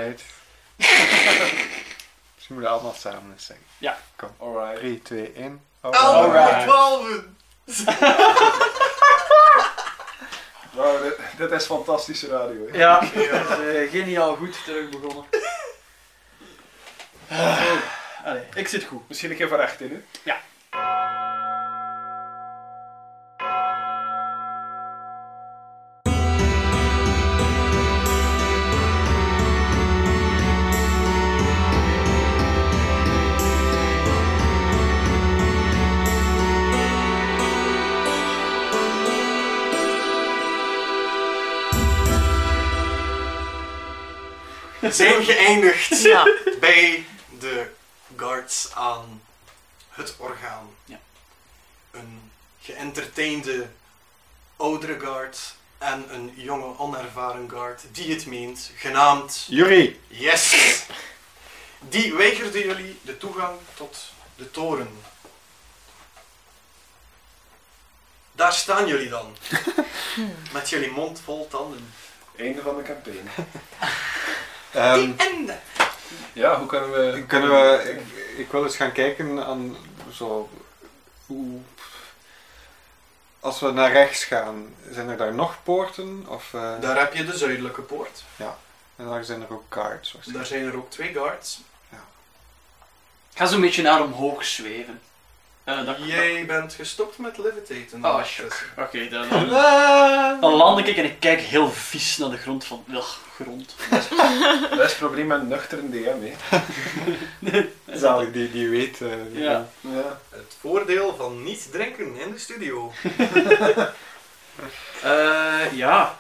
Alright. Dus je moet het allemaal samen eens zeggen. Ja. Kom. Alright. 3, 2, 1. Alright. 12. Wow, dit is fantastische radio. Hè? Ja, geniaal goed terug begonnen. Allee, ik zit goed. Misschien een keer voor echt in, hè? Ja. We zijn geëindigd bij de guards aan het orgaan. Ja. Een geëntertainde oudere guard en een jonge onervaren guard die het meent, genaamd Yuri! Yes! Die weigerde jullie de toegang tot de toren. Daar staan jullie dan. Met jullie mond vol tanden. Einde van de campagne. Die ende! Ja, hoe kunnen we... Ik wil eens gaan kijken aan zo... Hoe... Als we naar rechts gaan, zijn er daar nog poorten? Of, Daar heb je de zuidelijke poort. En daar zijn er ook guards. Daar zijn er ook 2 guards. Ik ga zo'n beetje naar omhoog zweven. Jij bent gestopt met levitaten. Oh, shit. Oké, dan land ik en ik kijk heel vies naar de grond van... grond. Dat is het probleem met een nuchtere DM, hè. Zalig, die weet... Ja. Ja. Het voordeel van niet drinken in de studio. Ja.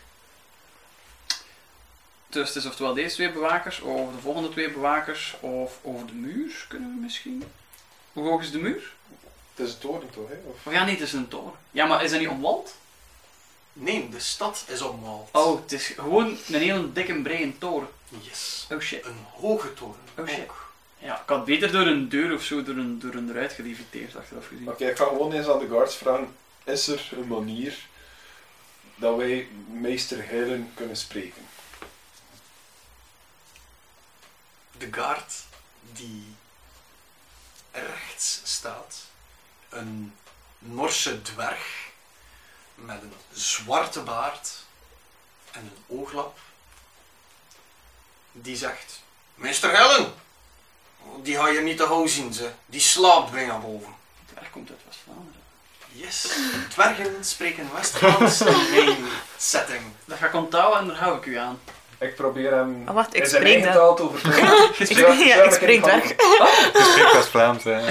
Dus het is oftewel deze 2 bewakers, of de volgende 2 bewakers, of over de muur kunnen we misschien. Hoe hoog is de muur? Het is een toren toch, hè? Of... Oh ja, nee, het is een toren. Ja, maar is dat niet omwald? Nee, de stad is omwald. Oh, het is gewoon een hele dikke brede toren. Yes. Oh shit. Een hoge toren. Oh, shit. Ook. Ja, ik had beter door een deur of zo, door een eruit geleviteerd achteraf gezien. Oké, ik ga gewoon eens aan de guards vragen. Is er een manier dat wij meester Heilen kunnen spreken? De guard die rechts staat, een Norse dwerg met een zwarte baard en een ooglap, die zegt: Meester Helen, die ga je niet te gauw zien, ze. Die slaapt bijna boven. Het werk komt uit West-Vlaanderen. Yes, dwergen spreken West-Vlaams in mijn setting. Dat ga ik onthouden en daar hou ik u aan. Ik probeer hem Oh, wacht, ik in zijn spreek eigen dat. taal te overtuigen. Ik spreek dwerg. Je spreekt West-Vlaams, hè.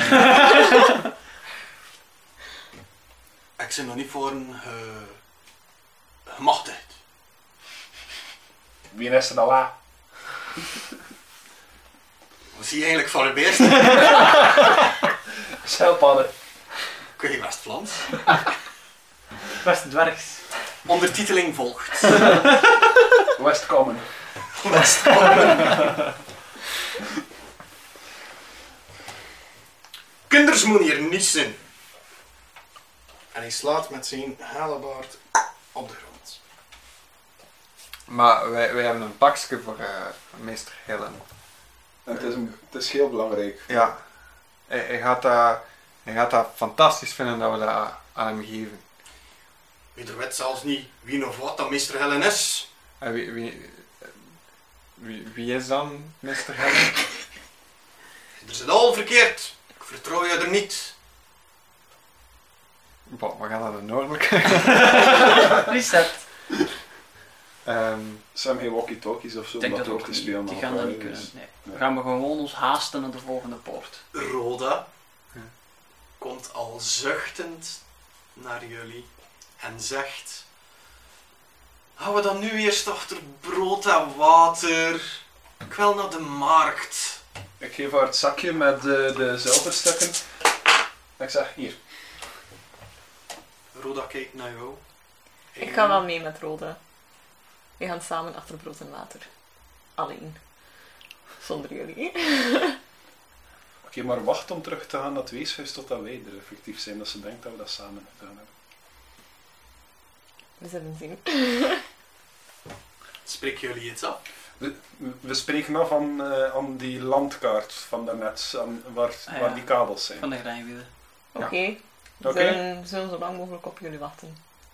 Ik ben nog niet voor een gemachtigd. Wie is er dan la? Wat zie je eigenlijk voor de beest? Schelpadden. Kun je West-Vlaams? West-Dwergs. Ondertiteling volgt. West Common. Kinders moeten hier niet zijn. En hij slaat met zijn hellebaard op de grond. Maar wij hebben een pakje voor meester Helen. En het is heel belangrijk. Ja. Hij gaat dat fantastisch vinden dat we dat aan hem geven. Ieder weet zelfs niet wie of wat dat meester Helen is. En wie is dan meester Helen? Er zit al verkeerd. Ik vertrouw je er niet. Bon, we gaan naar de noordelijke. Reset. Ze hebben geen walkie-talkies of zo Ik denk om dat door ook te niet. spelen. Die maar gaan dat wel, niet dus- kunnen. Nee. nee. Dan gaan we gewoon ons haasten naar de volgende poort. Rhoda Ja. komt al zuchtend naar jullie en zegt: gaan we dan nu eerst achter brood en water? Ik wil naar de markt. Ik geef haar het zakje met de zilverstukken. En ik zeg, hier. Rhoda kijkt naar jou. Ik ga wel mee met Rode. We gaan samen achter brood en water. Alleen. Zonder jullie. Oké, maar wacht om terug te gaan naar het weeshuis totdat wij er effectief zijn. Dat ze denkt dat we dat samen gedaan hebben. We zullen zien. Spreken jullie iets af? We spreken af aan die landkaart van daarnet, waar die kabels zijn. Van de grijnwielen. Oké. Oké. We zullen zo lang mogelijk op jullie wachten.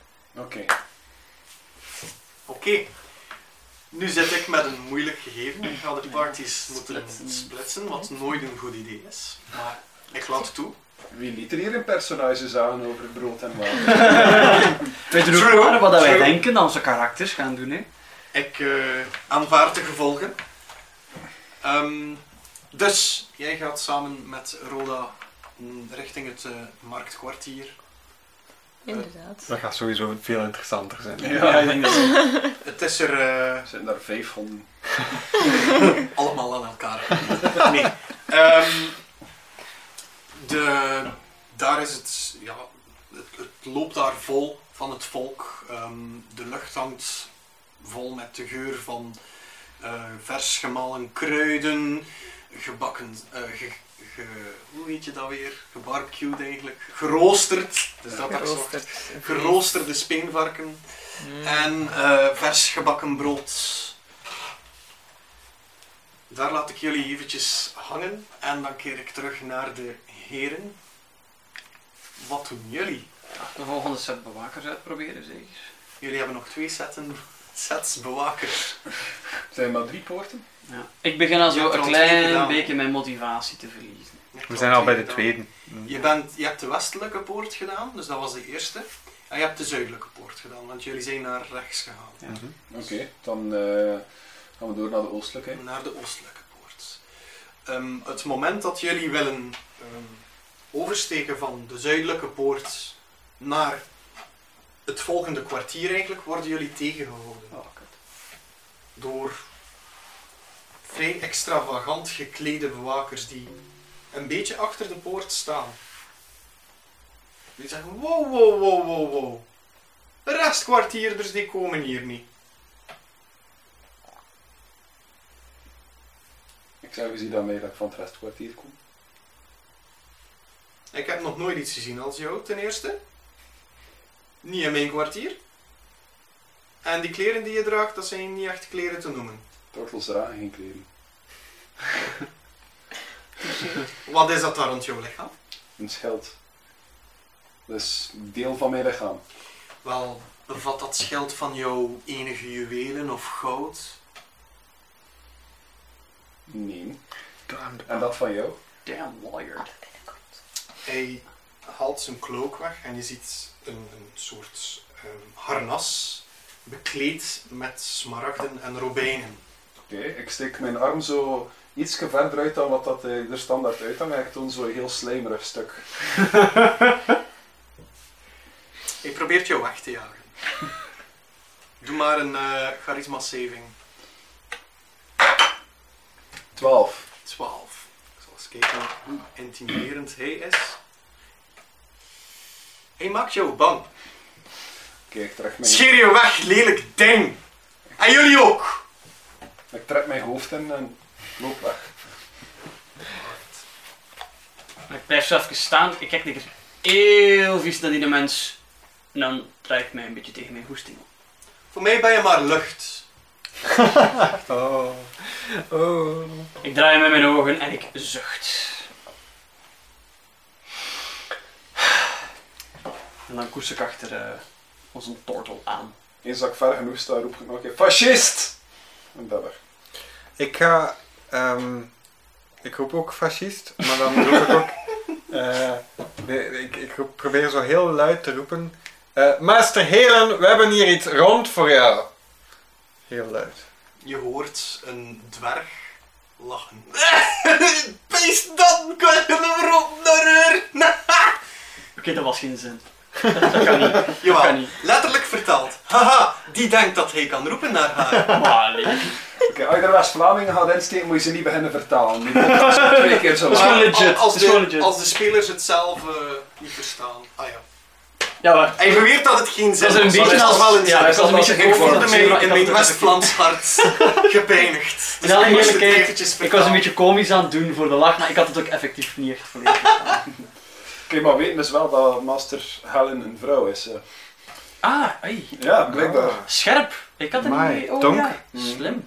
Oké. Nu zit ik met een moeilijk gegeven. Ik ga de parties moeten splitsen, wat nooit een goed idee is. Maar ik laat het toe. Wie liet er hier een personage zagen over brood en water? Weet je ook maar wat wij denken dat onze karakters gaan doen, hè? Ik aanvaard de gevolgen. Dus, jij gaat samen met Roda richting het marktkwartier. Inderdaad. Dat gaat sowieso veel interessanter zijn. Ja, ik denk dat Het is er zijn daar 5 honden. allemaal aan elkaar. Nee. Daar is het, ja, het loopt daar vol van het volk. De lucht hangt vol met de geur van vers gemalen kruiden, gebakken, hoe heet je dat weer? Gebarbecued eigenlijk. Geroosterd. Dus dat er zo. Geroosterde speenvarken. En vers gebakken brood. Daar laat ik jullie eventjes hangen en dan keer ik terug naar de heren. Wat doen jullie? de volgende set bewakers uitproberen, zeker? Jullie hebben nog 2 sets bewakers. Zijn er maar 3 poorten? Ja. Ik begin al Je zo hebt er een al 2 klein gedaan. beetje mijn motivatie te verliezen. We zijn al bij de tweede. Je hebt de westelijke poort gedaan, dus dat was de eerste. En je hebt de zuidelijke poort gedaan, want jullie zijn naar rechts gegaan. Ja. Oké, dan gaan we door naar de oostelijke. Naar de oostelijke poort. Het moment dat jullie willen oversteken van de zuidelijke poort naar het volgende kwartier eigenlijk, worden jullie tegengehouden. Oh, kut. Door vrij extravagant geklede bewakers die een beetje achter de poort staan. Die zeggen, wow, wow, wow, wow, wow. De restkwartierders die komen hier niet. Ik zou gezien dat mij dat ik van het restkwartier kom. Ik heb nog nooit iets gezien als jou, ten eerste. Niet in mijn kwartier. En die kleren die je draagt, dat zijn niet echt kleren te noemen. Tortels dragen geen kleren. Wat is dat daar rond jouw lichaam? Een schild. Dat is deel van mijn lichaam. Wel, bevat dat schild van jou enige juwelen of goud? Nee. En dat van jou? Damn lawyer. Hij haalt zijn cloak weg en je ziet een soort harnas bekleed met smaragden en robijnen. Oké, ik steek mijn arm zo iets verder uit dan wat dat er standaard uithangt en ik toon zo'n heel slijmerig stuk. Hij probeert jou weg te jagen. Doe maar een charisma saving. 12. 12. Ik zal eens kijken hoe intimiderend hij is. Hij maakt jou bang. Oké, ik trek mijn... Scheer je weg, lelijk ding! En jullie ook! Ik trek mijn hoofd in en loop weg. Ik blijf zo even staan, ik kijk lekker heel vies naar die mens. En dan draai ik mij een beetje tegen mijn hoesting op. Voor mij ben je maar lucht. Oh. Oh. Ik draai met mijn ogen en ik zucht. En dan koers ik achter onze tortel aan. Eens dat ik ver genoeg sta, roep ik nog een keer fascist! En dat weg. Ik ga... ik roep ook fascist, maar dan roep ik ook... ik probeer zo heel luid te roepen... Master Helen, we hebben hier iets rond voor jou. Heel luid. Je hoort een dwerg lachen. Beest dan, kunnen we op naar Oké, dat was geen zin. Dat kan niet. Dat Jawel, kan niet. letterlijk vertaald. Haha, die denkt dat hij kan roepen naar haar. Maar nee. Oké, als je er West-Vlamingen gaat insteken, moet je ze niet beginnen vertalen. Nu moet dat zo 2 keer zo Dat is gewoon lang. legit. Als Het is gewoon de, legit. als de spelers het zelf niet verstaan. Ah ja. Ja, maar... Hij beweert dat het geen zin Dat is een heeft, maar beetje het is als... wel een Ja, zin. dat was een beetje Ik Ik voelde voelde mij maar ik in had mijn het West-Vlaams hart gepijnigd. Dus In alle ik moest het eerlijkheid, eventjes ik was een vertalen. beetje komisch aan het doen voor de lach, maar ik had het ook effectief niet echt volledig verstaan. Oké, maar weten dus wel dat Master Helen een vrouw is. Ah, ai. Ja, blijkbaar. Scherp. Ik had het Amai, niet... Oh donker. ja, slim.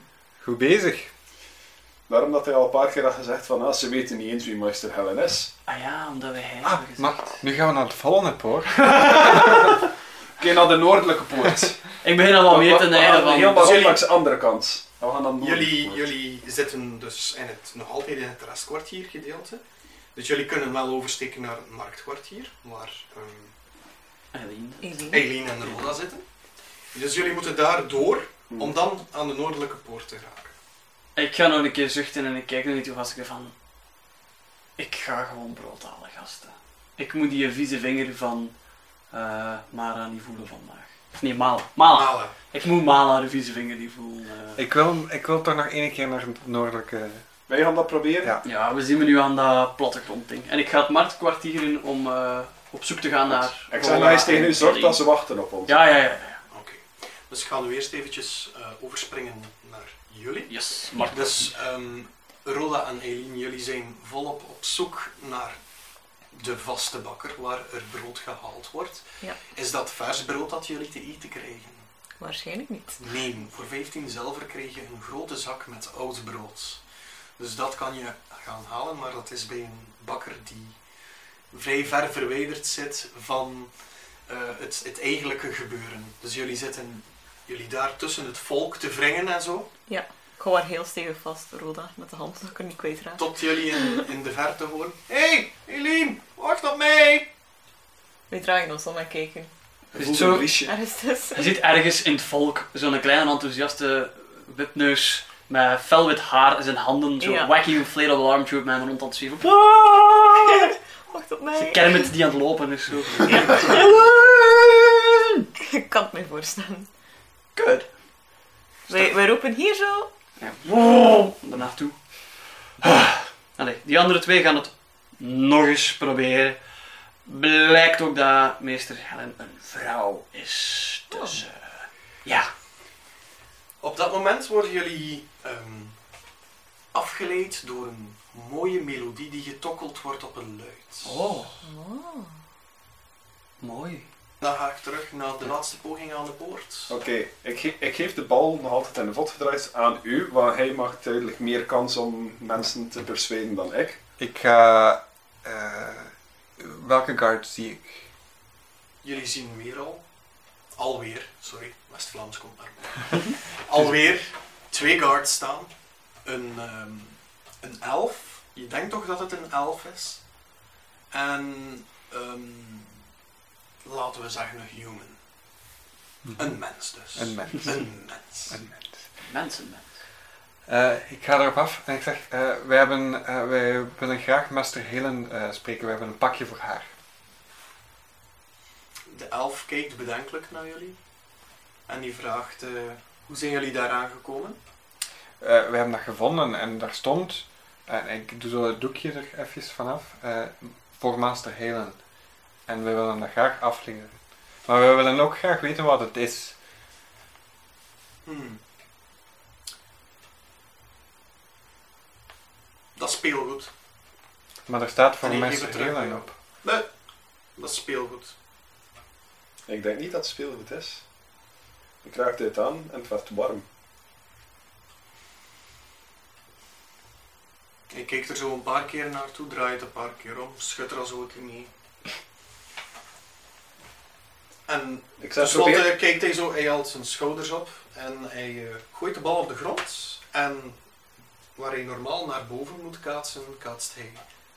Goed bezig. Daarom dat hij al een paar keer had gezegd van, ze weten niet eens wie Meester Helen is. Ah ja, omdat wij hij Ah, hebben gezegd. maar nu gaan we naar het volgende poort. Oké, naar de noordelijke poort. Ik begin al wel meer te neigen van... Helemaal jullie- langs de andere kant. We gaan dan Jullie zitten dus nog altijd in het restkwartiergedeelte. Dus jullie kunnen wel oversteken naar het marktkwartier, waar Eileen. Eileen en Roda zitten. Dus jullie moeten daar door om dan aan de noordelijke poort te geraken. Ik ga nog een keer zuchten en ik kijk nog niet toe vast van... Ik ga gewoon brood halen, gasten. Ik moet die vieze vinger van Mara niet voelen vandaag. Of nee, Mala. Malen. Ik moet Mala de vieze vinger niet voelen. Ik wil toch nog één keer naar het noordelijke... Wij gaan dat proberen. Ja. Ja, we zien me nu aan dat plattegrond-ding. En ik ga het marktkwartier in om op zoek te gaan naar... Ik zeg maar eens tegen u, zorg dat ze wachten op ons. Ja. Oké. Dus ik ga nu eerst eventjes overspringen naar jullie. Yes. Dus Roda en Eileen, jullie zijn volop op zoek naar de vaste bakker waar er brood gehaald wordt. Ja. Is dat vers brood dat jullie te eten krijgen? Waarschijnlijk niet. Nee, voor 15 zilver krijg je een grote zak met oud brood. Dus dat kan je gaan halen, maar dat is bij een bakker die vrij ver verwijderd zit van het eigenlijke gebeuren. Dus jullie daar tussen het volk te wringen en zo, Ik hou haar heel stevig vast, Roda, met de hand, dat ik er niet kwijtraak. tot jullie in de verte horen: Hé, Eileen, wacht op mij! Wij draaien ons om en kijken. Je voelt Zo- een briesje. Er is dus. Je ziet ergens in het volk zo'n kleine enthousiaste wipneus met fel wit haar in zijn handen, zo Ja. wacky inflatable arm tube met hem rond aan het zweven. Wacht op Ze mij. Kermit die aan het lopen is zo. Ik kan het me voorstellen. Good. Wij roepen hier zo. Ja. Wow. Daarnaartoe. Allee, die andere twee gaan het nog eens proberen. Blijkt ook dat meester Helen een vrouw is. Dus ja. Op dat moment worden jullie afgeleid door een mooie melodie die getokkeld wordt op een luid. Oh, Oh. mooi. Dan ga ik terug naar de laatste poging aan de poort. Oké, ik geef de bal nog altijd in de vod gedraaid aan u, want hij maakt duidelijk meer kans om mensen te persuaden dan ik. Ik ga... welke guard zie ik? Jullie zien weer alweer, sorry, West-Vlaams komt naar boven. Alweer 2 guards staan. Een elf. Je denkt toch dat het een elf is? En laten we zeggen een human. Een mens dus. Een mens. Een mens. Een mens. Mensen. Ik ga erop af en ik zeg, wij willen graag Master Helen spreken, we hebben een pakje voor haar. De elf kijkt bedenkelijk naar jullie. En die vraagt, hoe zijn jullie daaraan gekomen? We hebben dat gevonden en daar stond, en ik doe zo het doekje er even vanaf, voor Master Helen. En we willen dat graag afleveren. Maar we willen ook graag weten wat het is. Dat is speelgoed. Maar er staat voor En ik geef Master het terug, Helen ja. op. Nee, dat is speelgoed. Ik denk niet dat het speelgoed is. Ik raakte het aan en het werd warm. Ik keek er zo een paar keer naartoe, draai het een paar keer om, schud er al zo een keer mee. En Ik zeg, tenslotte kijkt hij zo, hij haalt zijn schouders op en hij gooit de bal op de grond. En waar hij normaal naar boven moet kaatsen, kaatst hij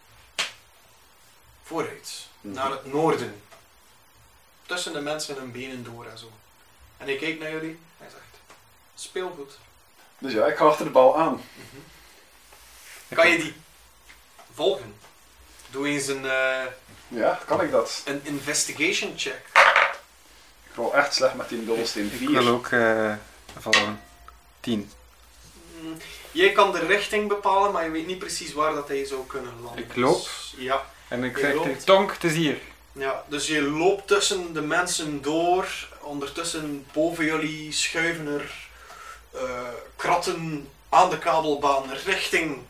vooruit, naar het noorden. Tussen de mensen en benen door en zo. En hij kijkt naar jullie en hij zegt, speelgoed. Dus ja, ik ga achter de bal aan. Kan je die volgen? Doe eens Ja, kan ik dat? een investigation check. Ik rol echt slecht met die dobbelsteen Ik 4. wil ook vallen. 10. Jij kan de richting bepalen, maar je weet niet precies waar dat hij zou kunnen landen. Ik loop. Dus, ja, En ik Je zeg loopt. tegen Tonk, het is hier. ja, dus je loopt tussen de mensen door. Ondertussen boven jullie schuiven er kratten aan de kabelbaan richting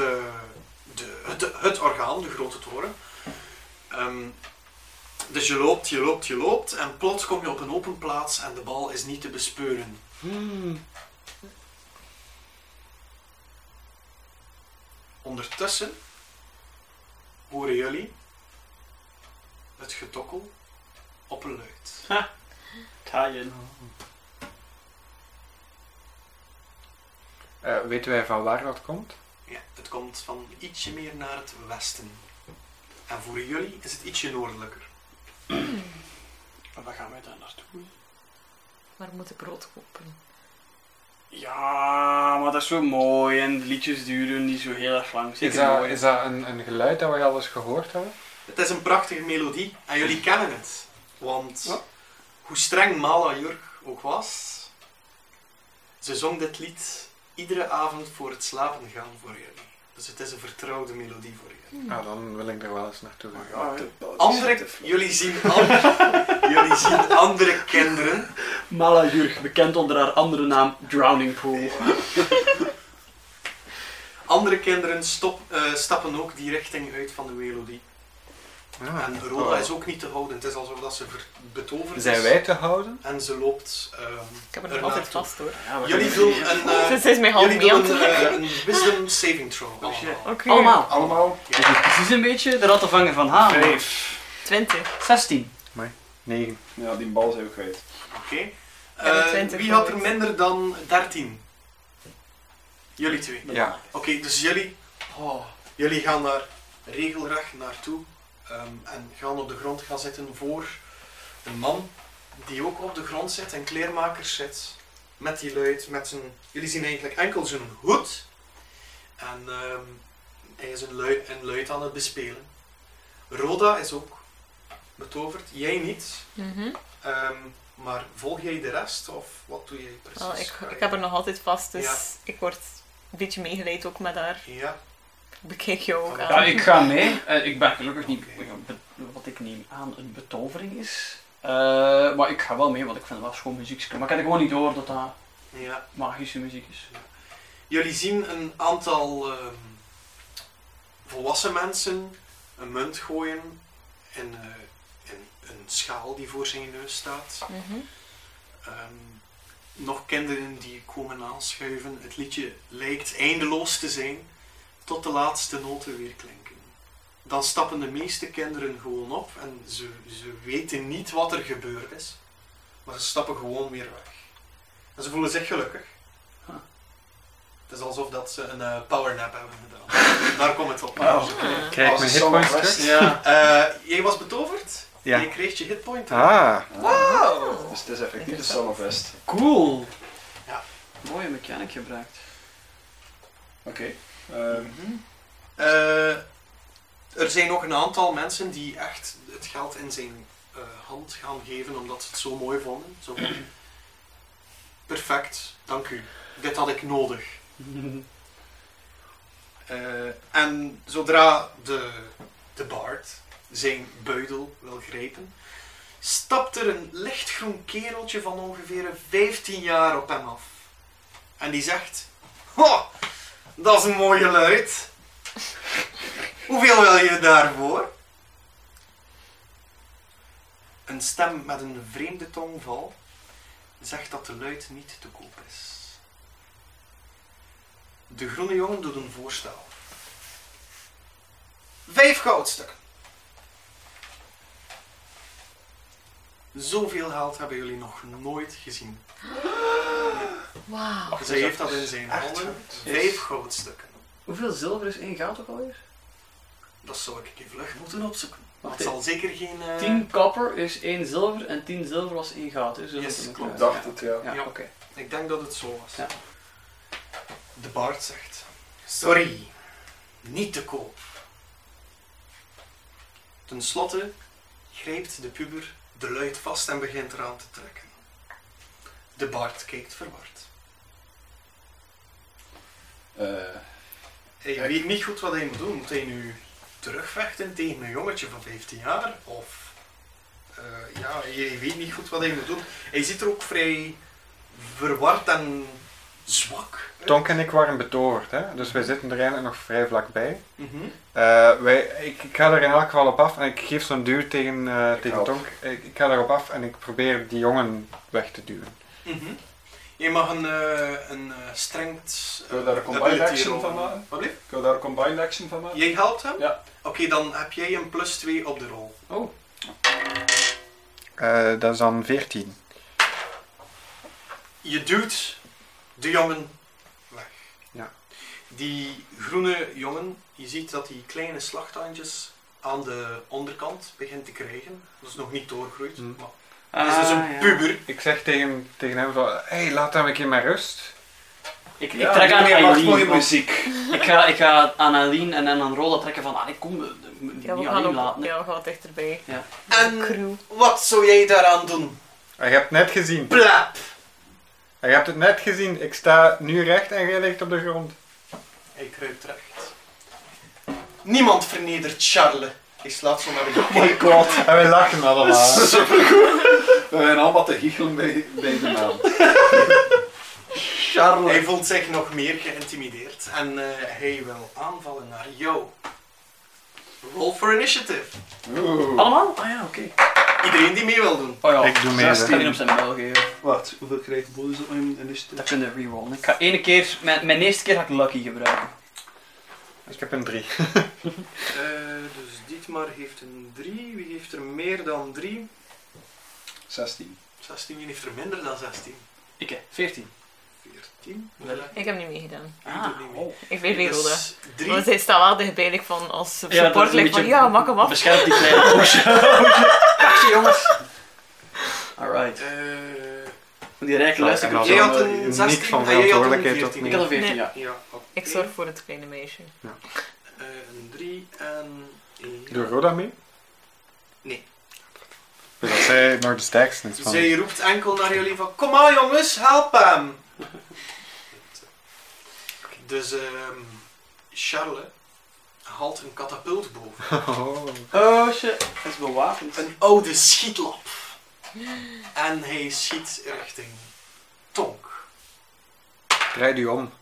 het orgaan, de grote toren. Dus je loopt en plots kom je op een open plaats en de bal is niet te bespeuren. Ondertussen horen jullie het getokkel op een luid. Taaien. Weten wij van waar dat komt? Ja, het komt van ietsje meer naar het westen. En voor jullie is het ietsje noordelijker. Maar waar gaan wij daar naartoe? Maar we moeten brood kopen. Ja, maar dat is zo mooi en de liedjes duren niet zo heel erg lang. Zeker mooi. Is dat een geluid dat we al eens gehoord hebben? Het is een prachtige melodie en jullie kennen het. Want Ja. hoe streng Mala Jurg ook was, ze zong dit lied iedere avond voor het slapen gaan voor jullie. Dus het is een vertrouwde melodie voor jullie. Dan wil ik er wel eens naartoe gaan. Jullie zien andere kinderen. Mala Jurg, bekend onder haar andere naam Drowning Pool. Andere kinderen stappen ook die richting uit van de melodie. En Roda is ook niet te houden. Het is alsof dat ze betoverd is. Zijn wij te houden? En ze loopt Ik heb er nog altijd ernaartoe. vast hoor. Ja, Jullie doen Ze is mij half jullie mee aan doen het trekken. een wisdom saving throw. Oh, allemaal. shit. Oké. Allemaal. Allemaal? Dus het is precies een beetje de ratten vangen van Haan. 5. 20. 16. 9. Ja, die bal zijn we kwijt. Oké. heb 20 Wie had er gegooid. minder dan 13? Jullie twee. Ja. Oké, dus jullie gaan daar regelrecht naartoe en gaan op de grond gaan zitten voor een man die ook op de grond zit, een kleermaker zit, met die luid, met zijn... Jullie zien eigenlijk enkel zijn hoed en hij is een luid aan het bespelen. Roda is ook betoverd, jij niet, Mhm. maar volg jij de rest of wat doe jij precies? Wel, ik heb er nog altijd vast, dus Ja. ik word een beetje meegeleid ook met haar. Ja, Ik bekijk jou ook Ja, Ja, aan. ik ga mee. Ik ben gelukkig niet Oké. wat ik neem aan een betovering is. Maar ik ga wel mee, want ik vind het wel schoon muziek. Maar ik heb gewoon niet door dat dat ja. magische muziek is. Jullie zien een aantal volwassen mensen een munt gooien in een schaal die voor zijn neus staat. Mhm. Nog kinderen die komen aanschuiven. Het liedje lijkt eindeloos te zijn tot de laatste noten weer klinken. Dan stappen de meeste kinderen gewoon op en ze weten niet wat er gebeurd is. Maar ze stappen gewoon weer weg. En ze voelen zich gelukkig. Huh. Het is alsof dat ze een powernap hebben gedaan. Daar komt het op. Wow. Krijg ik mijn hitpoints terug? Ja. Jij was betoverd? Ja. Jij kreeg je hitpoint terug. Ah, Dus het is effectief de Summerfest. Cool. Ja. Mooie mechanic gebruikt. Oké. Er zijn nog een aantal mensen die echt het geld in zijn hand gaan geven omdat ze het zo mooi vonden. Zo van, perfect, dank u. Dit had ik nodig. En zodra de bard zijn buidel wil grijpen, stapt er een lichtgroen kereltje van ongeveer 15 jaar op hem af. En die zegt, "Ho, dat is een mooie luid. Hoeveel wil je daarvoor?" Een stem met een vreemde tongval zegt dat de luid niet te koop is. De groene jongen doet een voorstel. 5 goudstukken. Zoveel geld hebben jullie nog nooit gezien. Wauw. Zij heeft dat in zijn handen. 5 goudstukken. Hoeveel zilver is 1 goud ook alweer? Dat zou ik even vlug moeten opzoeken. Maar Wacht het zal zeker geen... 10 copper is 1 zilver en 10 zilver was 1 goud. Hè? Zo Yes, dat het klopt. Ik elkaar- dacht het, ja. Ja, Ja. oké. Ik denk dat het zo was. Ja. De bard zegt: "Sorry, niet te koop." Ten slotte grijpt de puber de luid vast en begint eraan te trekken. De bard kijkt verward. Hij weet niet goed wat hij moet doen. Moet hij nu terugvechten tegen een jongetje van 15 jaar? Of... ja, hij weet niet goed wat hij moet doen. Hij ziet er ook vrij verward en zwak uit. Tonk en ik waren betoverd, hè? Dus wij zitten er eigenlijk nog vrij vlakbij. Mhm. Ik ga er in elk geval op af en ik geef zo'n duw tegen help. Tonk. Ik ga erop af en ik probeer die jongen weg te duwen. Mhm. Je mag een strength... Kun je daar een combined ability action rollen. van maken? Wat lief? Kun je daar een combined action van maken? Jij helpt hem? Ja. Oké, dan heb jij een +2 op de rol. Dat is dan 14. Je duwt de jongen weg. Ja. Die groene jongen, je ziet dat die kleine slagtandjes aan de onderkant begint te krijgen. Dat is nog niet doorgroeid, maar het is dus een puber. Ik zeg tegen hem van, hey, laat hem een keer met rust. Ik trek aan mooie Eileen. muziek. Ik ga aan Eileen en aan Rolla trekken van, kom, niet Ja, we alleen gaan laten. ook ja, we gaan dichterbij. En Crew. wat zou jij daaraan doen? Je hebt het net gezien. Plap! Je hebt het net gezien. Ik sta nu recht en jij ligt op de grond. Hij kruipt recht. Niemand vernedert Charles. Hij slaat zo naar de Oh my god. En wij lachen allemaal. Supergoed. We zijn allemaal te giechelen bij de naam. Charles. Hij voelt zich nog meer geïntimideerd en hij wil aanvallen naar jou. Roll for initiative. Oeh. Allemaal? Ah ja, oké. Iedereen die mee wil doen. Oh ja, Ik doe mee. 16 op zijn muil geven. Wat? Hoeveel krijg je bonus op mijn initiative? Dat kun je rerollen. Ik ga ene keer, mijn eerste keer ga ik Lucky gebruiken. Ik heb een 3. Dus Dietmar heeft een 3. Wie heeft er meer dan 3? 16. 16. Wie heeft er minder dan 16? Ik hè, 14. 14. Ik heb niet meegedaan. Ik doe niet mee. Ik blijf bij Rode. Dus 3. Want zij staat wel dichtbij like, van als dat support is een ligt van beetje- ja, mak hem af. Beschermt die kleine poesje. Pak ze jongens. Alright. Die rijke luisteraar. Jij had een Niet 16 van en jij had een verantwoordelijkheid 14. Ik had een 14, Nee. ja. Ja, oké. Ik zorg voor het kleine meisje. Een 3 en 1. Doe Roda mee? Nee. Dat zij nog de sterkste is van. Zij roept enkel naar jullie van kom aan jongens, help hem! Dus Charles haalt een katapult boven. Oh. Oh shit, hij is bewapend. Een oude schietlap. En hij schiet richting Tonk. Draai die om.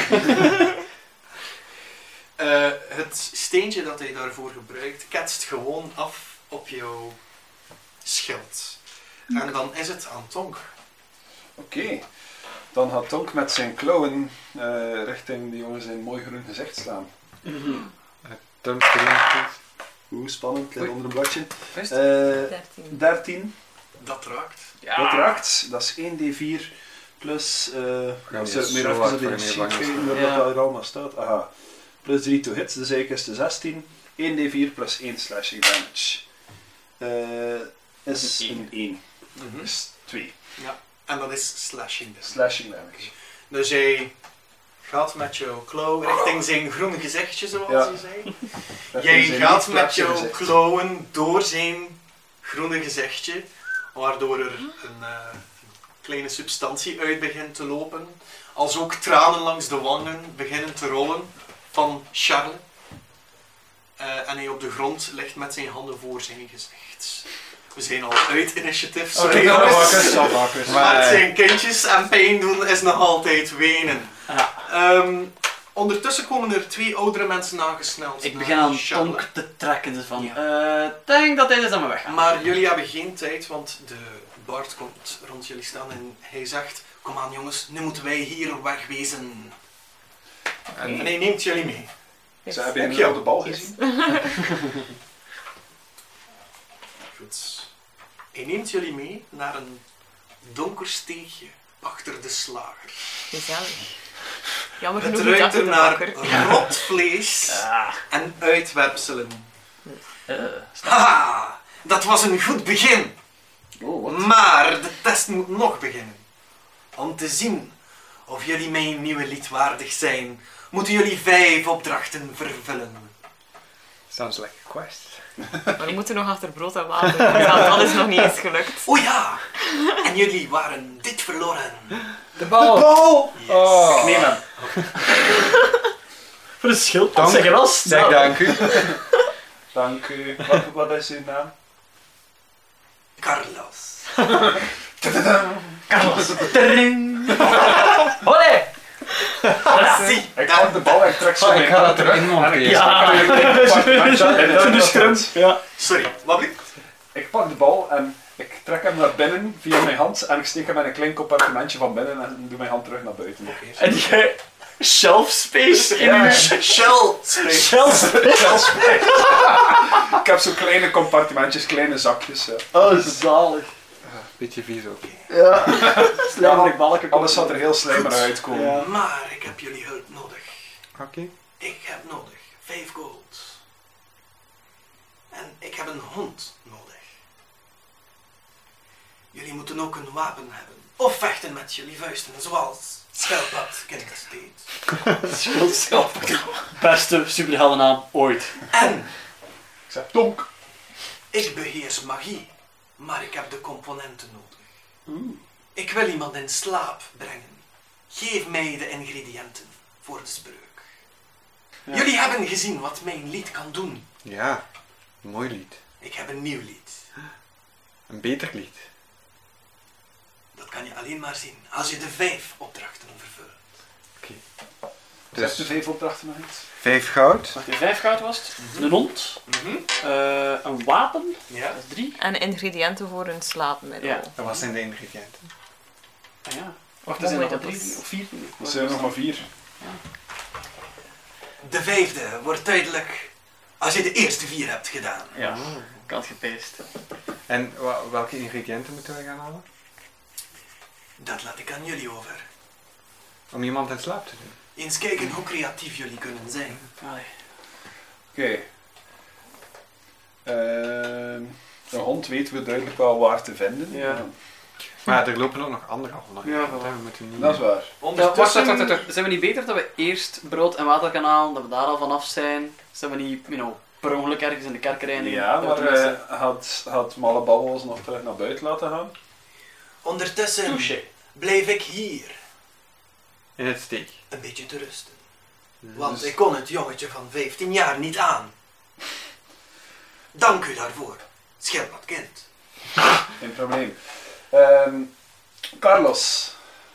Het steentje dat hij daarvoor gebruikt, ketst gewoon af op jouw schild. En dan is het aan Tonk. Oké. Dan gaat Tonk met zijn klauwen richting die jongen zijn mooi groen gezicht slaan. Don't scream, Hoe spannend, ligt Oei. onder een bladje. 13. 13. Dat raakt. Dat raakt. Dat is 1d4 plus... gaan ik zou het hier meer zo even hard op voor de een sheet neerbangen. kijken waar Ja. dat er allemaal staat. Aha. Plus 3 to hit, dus eigenlijk is de 16. 1d4 plus 1 slashing damage. Is Een een 1. Dus 2. En dat is slashing damage. Slashing damage. Dus jij gaat met jouw klauw richting zijn groene gezichtje, zoals Ja. je zei. Dat Jij is een gaat niet met plakje jouw gezicht. klauwen door zijn groene gezichtje, waardoor er een kleine substantie uit begint te lopen. Als ook tranen langs de wangen beginnen te rollen van Charles. En hij op de grond ligt met zijn handen voor zijn gezicht. We zijn al uit initiatief, sorry jongens. Maar het zijn kindjes en pijn doen is nog altijd wenen. Ja. Ondertussen komen er 2 oudere mensen aangesneld. Ik naar begin aan Charles. Tonk te trekken, dus van, denk dat hij dus aan me weg gaat. Maar jullie hebben geen tijd, want de Bard komt rond jullie staan en hij zegt: kom aan jongens, nu moeten wij hier wegwezen. En hij neemt jullie mee. Ze hebben Heb je je op de bal Yes. gezien. Goed. Hij neemt jullie mee naar een donker steegje achter de slager. Gezellig. Jammer Het genoeg niet ruikt achter er de naar bakker. rot vlees en uitwerpselen. Stop. Haha, dat was een goed begin. Oh, wat? Maar de test moet nog beginnen. Om te zien of jullie mijn nieuwe lied waardig zijn, moeten jullie 5 opdrachten vervullen. Sounds like a quest. Maar we moeten nog achter brood en water. Dus dat is nog niet eens gelukt. O ja! En jullie waren dit verloren. De bal! Yes. Oh. Ik neem hem. Voor de schildpad Dank. zeggen als. Zeg dank u. Dank u. Wat is uw naam? Carlos. Carlos. Tring. Olé. Zie, Ik daar. pak de bal en ik trek zo Oh, ik mijn ga dat hand terug. erin monteren. Ja. Ik pak de De scrum. Ja. Sorry, wat blieft? Ik pak de bal en Ik trek hem naar binnen via mijn hand en ik steek hem in een klein compartimentje van binnen en doe mijn hand terug naar buiten. Oké. En jij shelf space in Ja. uw Shell space. shelf space. Ik heb zo kleine compartimentjes, kleine zakjes. Ja. Oh, zalig. Beetje vies ook. Ja. Slijmerig balken. Alles zal er heel slijmerig uitkomen. Ja. Maar ik heb jullie hulp nodig. Oké. Ik heb nodig 5 gold. En ik heb een hond nodig. Jullie moeten ook een wapen hebben. Of vechten met jullie vuisten, zoals Schelpad kind deed. Beste superheldennaam ooit. En Ik zeg, donk. ik beheers magie, maar ik heb de componenten nodig. Ik wil iemand in slaap brengen. Geef mij de ingrediënten voor de spreuk. Ja. Jullie hebben gezien wat mijn lied kan doen. Ja, mooi lied. Ik heb een nieuw lied. Een beter lied. Dat kan je alleen maar zien als je de 5 opdrachten vervult. Zet de Dus 5 opdrachten nog iets. 5 goud. Wacht, 5 goud was het. Een hond. Een wapen. Ja. Dat is 3. En ingrediënten voor een slaapmiddel. Ja. En wat zijn de ingrediënten? Ah ja. Wacht, er zijn Mooi, nog dat 3 is- of 4. Er zijn er nog maar 4. De 5e wordt duidelijk als je de eerste 4 hebt gedaan. Ja, ik had gepeest. En welke ingrediënten moeten we gaan halen? Dat laat ik aan jullie over. Om iemand in slaap te doen. Eens kijken hoe creatief jullie kunnen zijn. Allee. Oké. Een hond weten we duidelijk wel waar te vinden. Ja. Maar er lopen ook nog andere honden. Ja, rond, hè. voilà. We moeten niet... Dat is waar. Ja, Ondertussen... wacht. Zijn we niet beter dat we eerst brood en water gaan halen, dat we daar al vanaf zijn? Zijn we niet, per ongeluk ergens in de kerk eindigen? Ja, Dat we maar tenminste- had Malle Babbels nog terug naar buiten laten gaan? Ondertussen Touché. bleef ik hier In het steek. een beetje te rusten. Dus- Want ik kon het jongetje van 15 jaar niet aan. Dank u daarvoor, schildpadkind. Geen probleem. Carlos.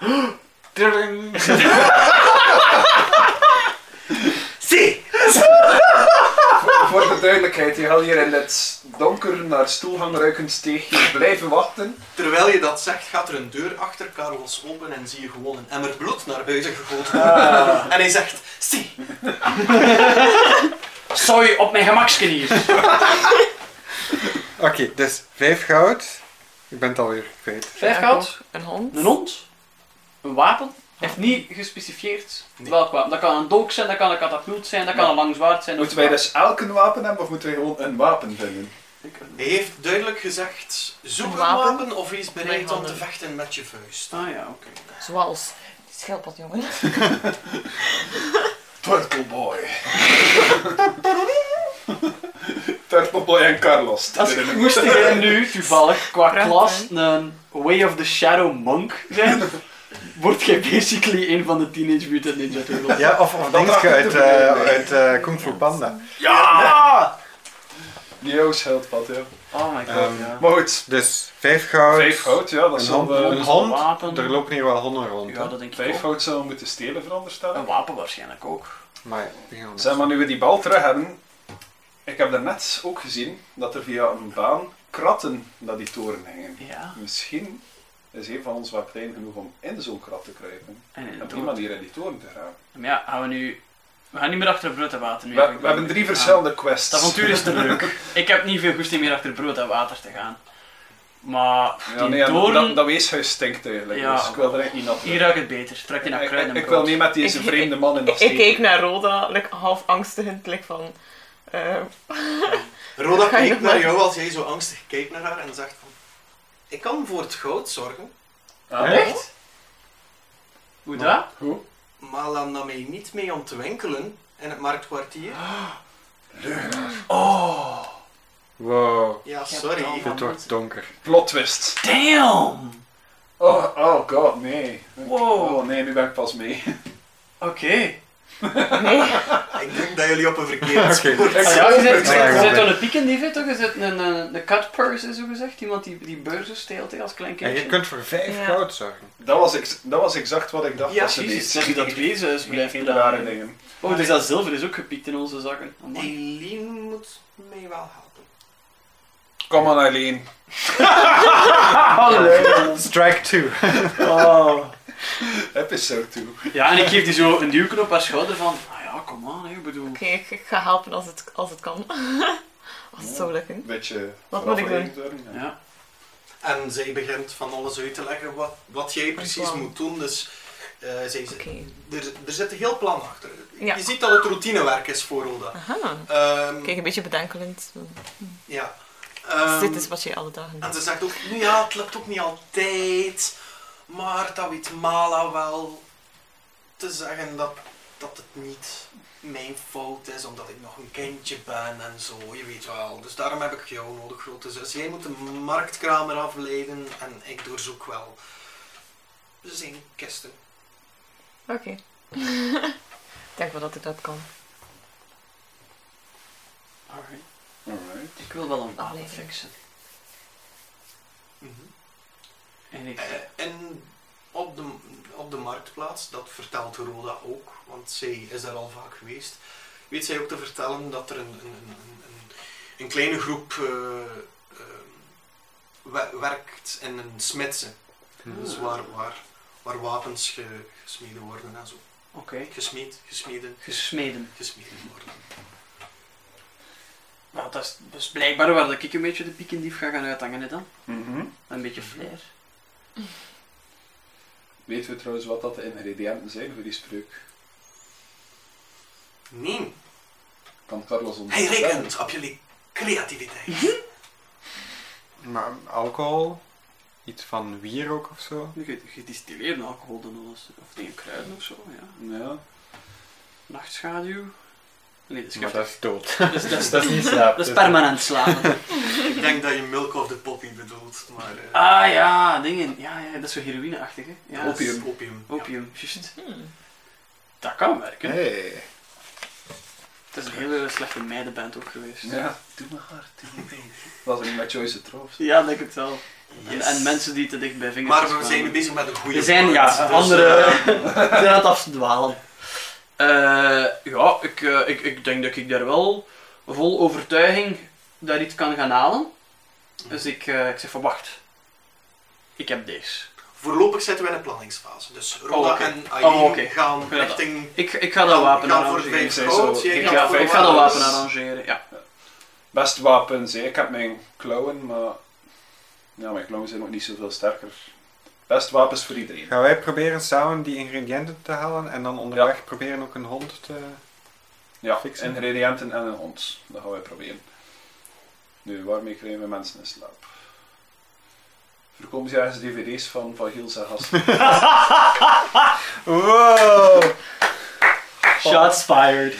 Zie! Voor de duidelijkheid, je gaat hier in dit donker naar stoelgang ruikend steegje blijven wachten. Terwijl je dat zegt, gaat er een deur achter Carlos open en zie je gewoon een emmer bloed naar buiten gegoten. En hij zegt, zie! Sorry, op mijn gemaksken hier. Oké, dus 5 goud. Ik ben het alweer kwijt. 5 Ja, goud. Een hond. Een hond. Een wapen. Heeft niet gespecificeerd welk wapen. Dat kan een dolk zijn, dat kan een katapult zijn, dat kan een lang zwaard zijn. Moeten wij dus elk een wapen hebben of moeten wij gewoon een wapen vinden? Hij heeft duidelijk gezegd, zoek Een een wapen? wapen of wees bereid Mijn om te handen. vechten met je vuist. Ah ja, oké. Zoals die schildpadjongen. Turtle Boy. Turtle Boy en Carlos. Als moest jij nu toevallig qua Prachtig. klas een Way of the Shadow Monk zijn, word jij basically een van de Teenage Mutant Ninja Turtles. Ja, of Dat dingetje dacht ik uit Kung Fu Panda. Ja! Jouw schildpad, ja. Oh my god, ja. Maar goed, Dus 5 goud. 5 goud, ja, dat Een zullen hond. we... Een hond. wapen. Er lopen hier wel honden rond. Ja, hè. dat denk ik 5 ook. goud zullen we moeten stelen, veronderstellen. Een wapen waarschijnlijk ook. Maar we gaan Zeg maar, nu we die bal terug hebben, ik heb daarnet ook gezien dat er via een baan kratten naar die toren hingen. Ja. Misschien is een van ons wel klein genoeg om in zo'n krat te kruipen. En in En de op die dood. manier in die toren te gaan. Maar ja, gaan we nu... We gaan niet meer achter brood en water nu. We hebben 3 verschillende quests. Het avontuur is te leuk. Ik heb niet veel goesting meer achter brood en water te gaan. Maar Ja, die nee, toren... dat weeshuis stinkt eigenlijk, Ja. dus ik wil er echt niet naartoe. Hier ruikt het beter. Trek je naar kruid en Ik brood. wil niet met deze Ik- vreemde man in dat Ik steek. keek naar Roda, half angstigend, van... Roda Ga je kijkt nog naar maar- jou als jij zo angstig kijkt naar haar en zegt van... Ik kan voor het goud zorgen, Ah, Echt? Hoe dat? Goed. maar laat mij niet mee om te winkelen in het marktkwartier. Oh! Wow, Ja, heb sorry. het al. het wordt donker. Plot twist. Damn! Oh god, nee. Wow. Oh nee, nu ben ik pas mee. Oké. Nee. Ik denk dat jullie op een verkeerd spoor Oké. Ah, zijn. ja, je hoop zit, het. Ja, je ja, zit ja. aan een piekendief, toch? Je zit een cut purse, zo gezegd. Iemand die beurzen steelt hè, als klein En kindje. je kunt voor 5 Ja. goud zorgen. Dat was exact wat ik dacht Ja, dat ze Jezus, deed. zeg je dat wezenhuis blijft Geen draaien. rare dingen. Oh, dus dat zilver is ook gepiekt in onze zakken. Amai. Eileen moet mij wel helpen. Kom aan alleen. Strike 2. Oh. Episode 2. Ja, en ik geef die zo een duwknop op haar schouder van, ja, kom aan, ik bedoel... Oké, ik ga helpen als het kan. Als het zou lukken. Een beetje Wat moet ik doen? Ja. En zij begint van alles uit te leggen wat jij precies plan. moet doen. Dus Oké. er zit een heel plan achter. Ja. Je ziet dat het routinewerk is voor Roda. Aha. Kijk, een beetje bedenkelend. Ja. Dit is wat je alle dagen En doet. ze zegt ook, nu ja, het lukt ook niet altijd, maar dat weet Mala wel te zeggen dat het niet mijn fout is, omdat ik nog een kindje ben en zo, je weet wel. Dus daarom heb ik jou nodig, grote zus. Jij moet de marktkramer afleiden en ik doorzoek wel zijn kisten. Oké. Ik denk wel dat ik dat kan. Alright. Alright. Ik wil wel een wapen Aflevering. fixen. Mhm. En ik... En op de marktplaats, dat vertelt Roda ook, want zij is daar al vaak geweest, weet zij ook te vertellen dat er een kleine groep werkt in een smidse. Dus waar wapens gesmeden worden en zo. Oké. Gesmeden worden. Nou, dat is blijkbaar waar dat ik een beetje de piekendief ga gaan uithangen, hè, dan. Mhm. Een beetje flair. Weten we trouwens wat dat de ingrediënten zijn voor die spreuk? Nee, Kan Carlos ons hij vertellen? rekent op jullie creativiteit. Maar alcohol? Iets van wier ook of zo? Gedistilleerde alcohol dan alles. Of tegen kruiden of zo, ja. Ja. Nachtschaduw. Nee, dat is Maar geen... dat is dood. Dat is niet slapen. Dat is permanent slapen. Ik denk dat je Milk of the Poppy bedoelt, maar... Ah ja, dingen. Ja, dat is zo heroïneachtig, hè. Ja, dat is opium. opium. Opium, juist. Hmm. Dat kan werken. Hey. Het is een hele slechte meidenband ook geweest. Ja, doe maar hard, doe maar mee. Was er niet met Joyce Troost? Ja, denk het wel. Yes. En mensen die te dicht bij vingers Maar we zijn nu bezig met een goede We zijn, plaat, ja, dus, andere... We zijn aan het afdwalen. Ja, ik denk dat ik daar wel vol overtuiging daar iets kan gaan halen. Dus ik zeg van, wacht. Ik heb deze. Voorlopig zitten we in een planningsfase. Dus Roda oké. en Aileen oké. gaan Ja, dat- richting... Ik ga dat wapen gaan voor arrangeren. 5 Zij goud, zo- jij ik gaat ga- voor Ik ga dat wapens. wapen arrangeren, ja. Best wapens, hè. Ik heb mijn klauwen, maar... Ja, mijn klauwen zijn nog niet zoveel sterker. Best wapens voor iedereen. Gaan wij proberen samen die ingrediënten te halen en dan onderweg proberen ook een hond te... Ja, Fixen. ingrediënten en een hond. Dat gaan wij proberen. Nu, waarmee krijgen we mensen in slaap? Verkomen ze ergens dvd's van Giels en Gasten? Wow! Shots fired.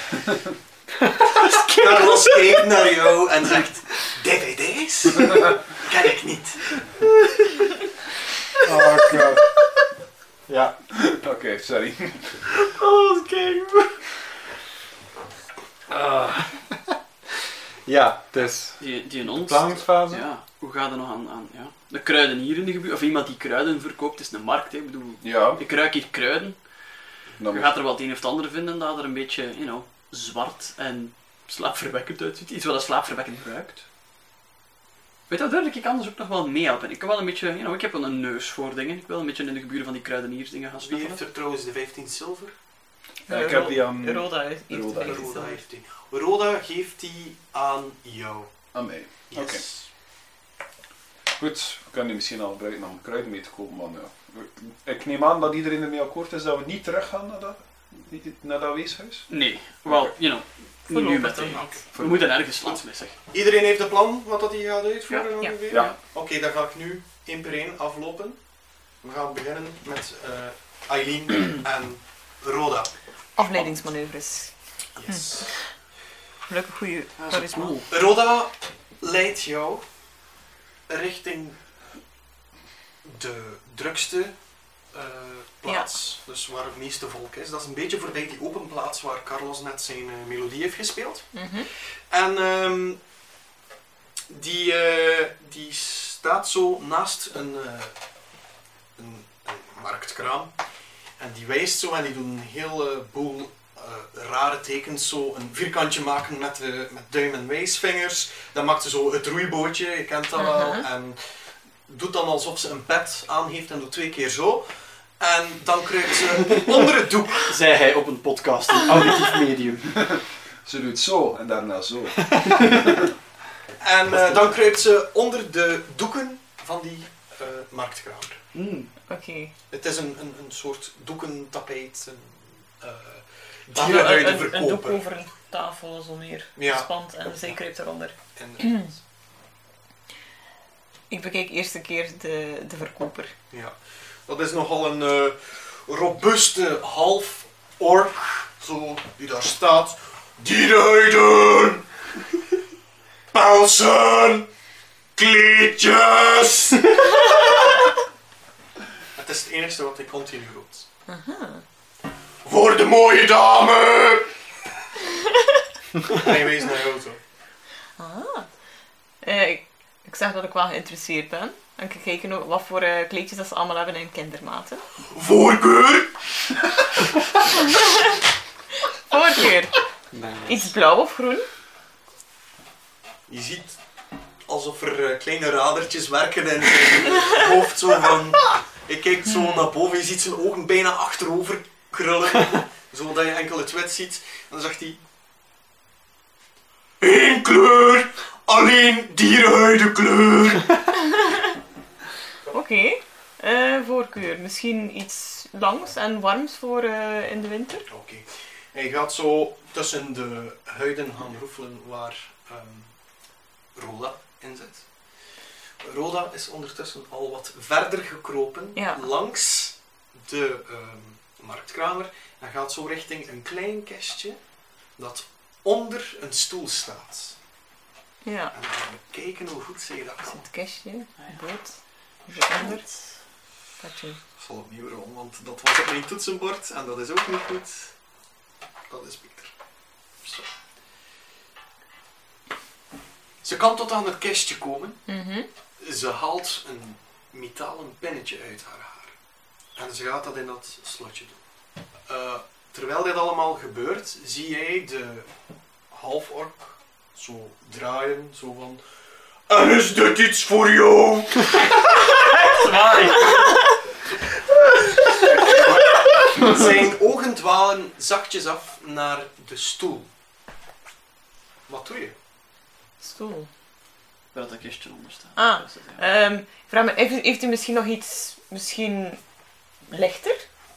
Carlos kijkt naar jou en zegt... DVD's? Ken ik niet. Oh god. Ja. Oké, sorry. Oh, oké. Ja, dus... Die een hond. Planningsfase? Ja, hoe gaat het nog aan ja. De kruidenier in de gebuurt, of iemand die kruiden verkoopt, is een markt, hè. Ik bedoel, Ja, ik ruik hier kruiden. dan Je gaat er wel het een of het ander vinden dat er een beetje, zwart en slaapverwekkend uitziet. Iets wat slaapverwekkend ruikt. Weet je wat duidelijk, ik kan anders ook nog wel meehelpen. Ik kan wel een beetje, ik heb wel een neus voor dingen. Ik wil een beetje in de gebuurt van die kruideniersdingen gaan Wie snuffelen. heeft er trouwens de 15 zilver? ik heb die aan, Roda heeft Roda. het Roda zelf. heeft die. Roda geeft die aan jou. aan mij. Yes. Oké. Goed, we kunnen die misschien al gebruiken om kruiden mee te kopen, maar ja. Ik neem aan dat iedereen ermee akkoord is dat we niet terug gaan naar dat weeshuis. Nee, wel, niet nu Voorlopig meteen. toch niet. We moeten ergens slaap mee, zeg. Iedereen heeft een plan wat dat hij gaat uitvoeren Ja. ongeveer? Ja. Oké, dan ga ik nu 1 per 1 aflopen. We gaan beginnen met Aileen en Roda. Afleidingsmanoeuvres. Yes. Gelukkig goede Ah, zo charisma. cool. Roda leidt jou richting de drukste plaats. Dus waar het meeste volk is. Dat is een beetje voorbij die open plaats waar Carlos net zijn melodie heeft gespeeld. Mhm. En die staat zo naast een marktkraam. En die wijst zo en die doet een heleboel rare tekens, zo een vierkantje maken met duim en wijsvingers. Dan maakt ze zo het roeibootje, je kent dat wel. En doet dan alsof ze een pet aan heeft en doet 2 keer zo. En dan kruipt ze onder het doek. Zei hij op een podcast, een auditief medium. Ze doet zo en daarna zo. En dan kruipt ze onder de doeken van die marktkramer. Oké. Het is een soort doekentapijt. Een Dierenhuidenverkoper. doek over een tafel, zo meer gespand en zij kruipt eronder. Ik bekijk eerst een keer de verkoper. Ja, dat is nogal een robuuste half-ork, zo, die daar staat. Dierenhuiden! Pelsen! Kleedjes! Het is het enige wat hij continu roept. Voor de mooie dame! En hij wees naar jou zo. Ik zeg dat ik wel geïnteresseerd ben. En ik kijk ook wat voor kleedjes dat ze allemaal hebben in kindermaten. Voorkeur! Voorkeur. Nee. Iets blauw of groen? Je ziet alsof er kleine radertjes werken in zijn hoofd. Zo van, hij kijkt zo naar boven, je ziet zijn ogen bijna achterover krullen. Zodat je enkel het wit ziet. En dan zegt hij... 1 kleur! Alleen dierenhuidenkleur! Oké. Voorkeur. Misschien iets langs en warms voor in de winter? Oké. Hij gaat zo tussen de huiden gaan roefelen waar Roda in zit. Roda is ondertussen al wat verder gekropen langs de marktkramer en gaat zo richting een klein kistje dat onder een stoel staat. Ja. En dan gaan we kijken hoe goed zij dat kan. Het kistje, boot, eronder. Katje. Ik zal opnieuw rollen, want dat was op mijn toetsenbord en dat is ook niet goed. Dat is beter. Zo. Ze kan tot aan het kistje komen. Ze haalt een metalen pinnetje uit haar haar. En ze gaat dat in dat slotje doen. Terwijl dit allemaal gebeurt, zie jij de halfork zo draaien, zo van... En is dit iets voor jou? Zijn ogen dwalen zachtjes af naar de stoel. Wat doe je? Stoel. Waar dat kistje onder staat. Ah, Dus dat, ja. ik vraag me, heeft u misschien nog iets, misschien lichter?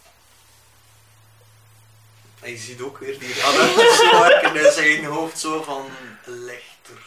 En je ziet ook weer die radartjes zo werken in zijn hoofd zo van lichter.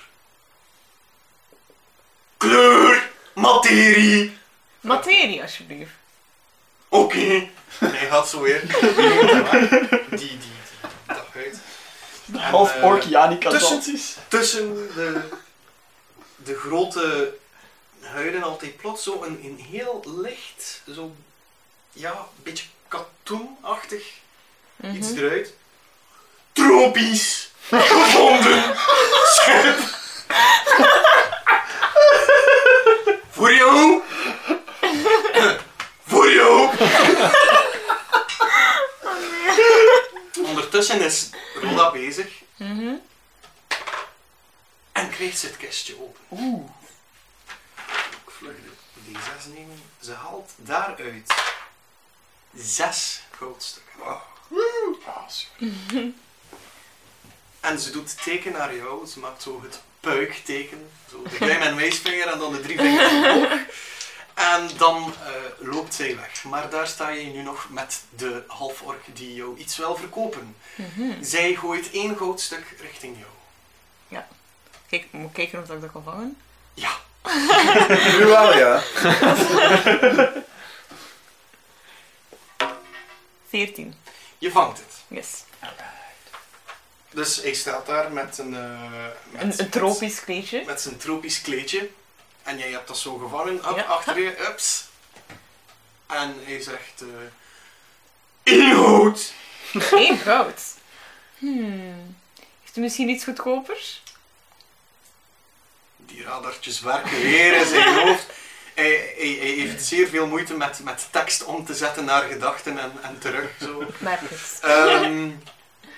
Kleur! Materie! Materie, alsjeblieft. Oké. En hij gaat zo weer die dag uit. Half Orkianica tussen- dansies. Tussen de grote huiden altijd plots zo een heel licht, zo ja, een beetje katoenachtig iets eruit. Tropisch! Gevonden! Schip! Voor jou! Voor jou! Ondertussen is Roda bezig en krijgt ze het kistje open. Ik vlug de D6 nemen. Ze haalt daaruit 6 goudstukken. En ze doet het teken naar jou. Ze maakt zo het puikteken. Zo de duim en wijsvinger en dan de 3 vingers omhoog. En dan loopt zij weg. Maar daar sta je nu nog met de halfork die jou iets wil verkopen. Zij gooit 1 goudstuk richting jou. Kijk, ik moet kijken of ik dat kan vangen. Ja. Nu wel, ja. 14. Je vangt het. Yes. Dus hij staat daar met Een tropisch kleedje. met zijn tropisch kleedje. En jij hebt dat zo gevangen. Up, Ja. achter je. Ups. En hij zegt... 1 goud! 1 goud. Heeft u misschien iets goedkopers? Die radartjes werken weer in zijn hoofd. Hij heeft zeer veel moeite met tekst om te zetten naar gedachten en terug. Zo. Merk het.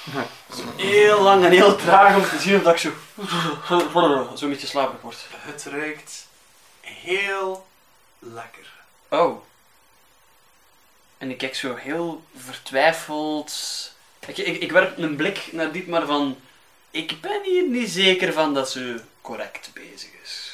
Heel lang en heel traag om te zien of dat ik zo'n beetje slaperig word. Het ruikt heel lekker. Oh. En ik kijk zo heel vertwijfeld. Ik werp een blik naar Dietmar van... Ik ben hier niet zeker van dat ze correct bezig is.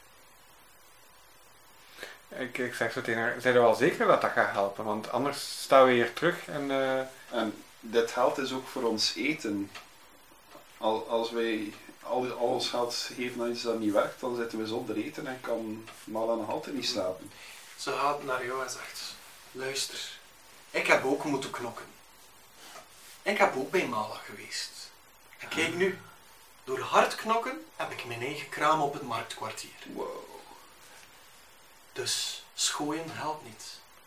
Ik zeg zo tegen haar, zijn we wel zeker dat dat gaat helpen? Want anders staan we hier terug en... En dit geld is ook voor ons eten. Als wij al ons geld geven aan iets dat niet werkt, dan zitten we zonder eten en kan Mala nog altijd niet slapen. Ze gaat naar jou en zegt, luister, ik heb ook moeten knokken. Ik heb ook bij Mala geweest. En kijk nu, door hard knokken heb ik mijn eigen kraam op het marktkwartier. Wow. Dus schooien helpt niet.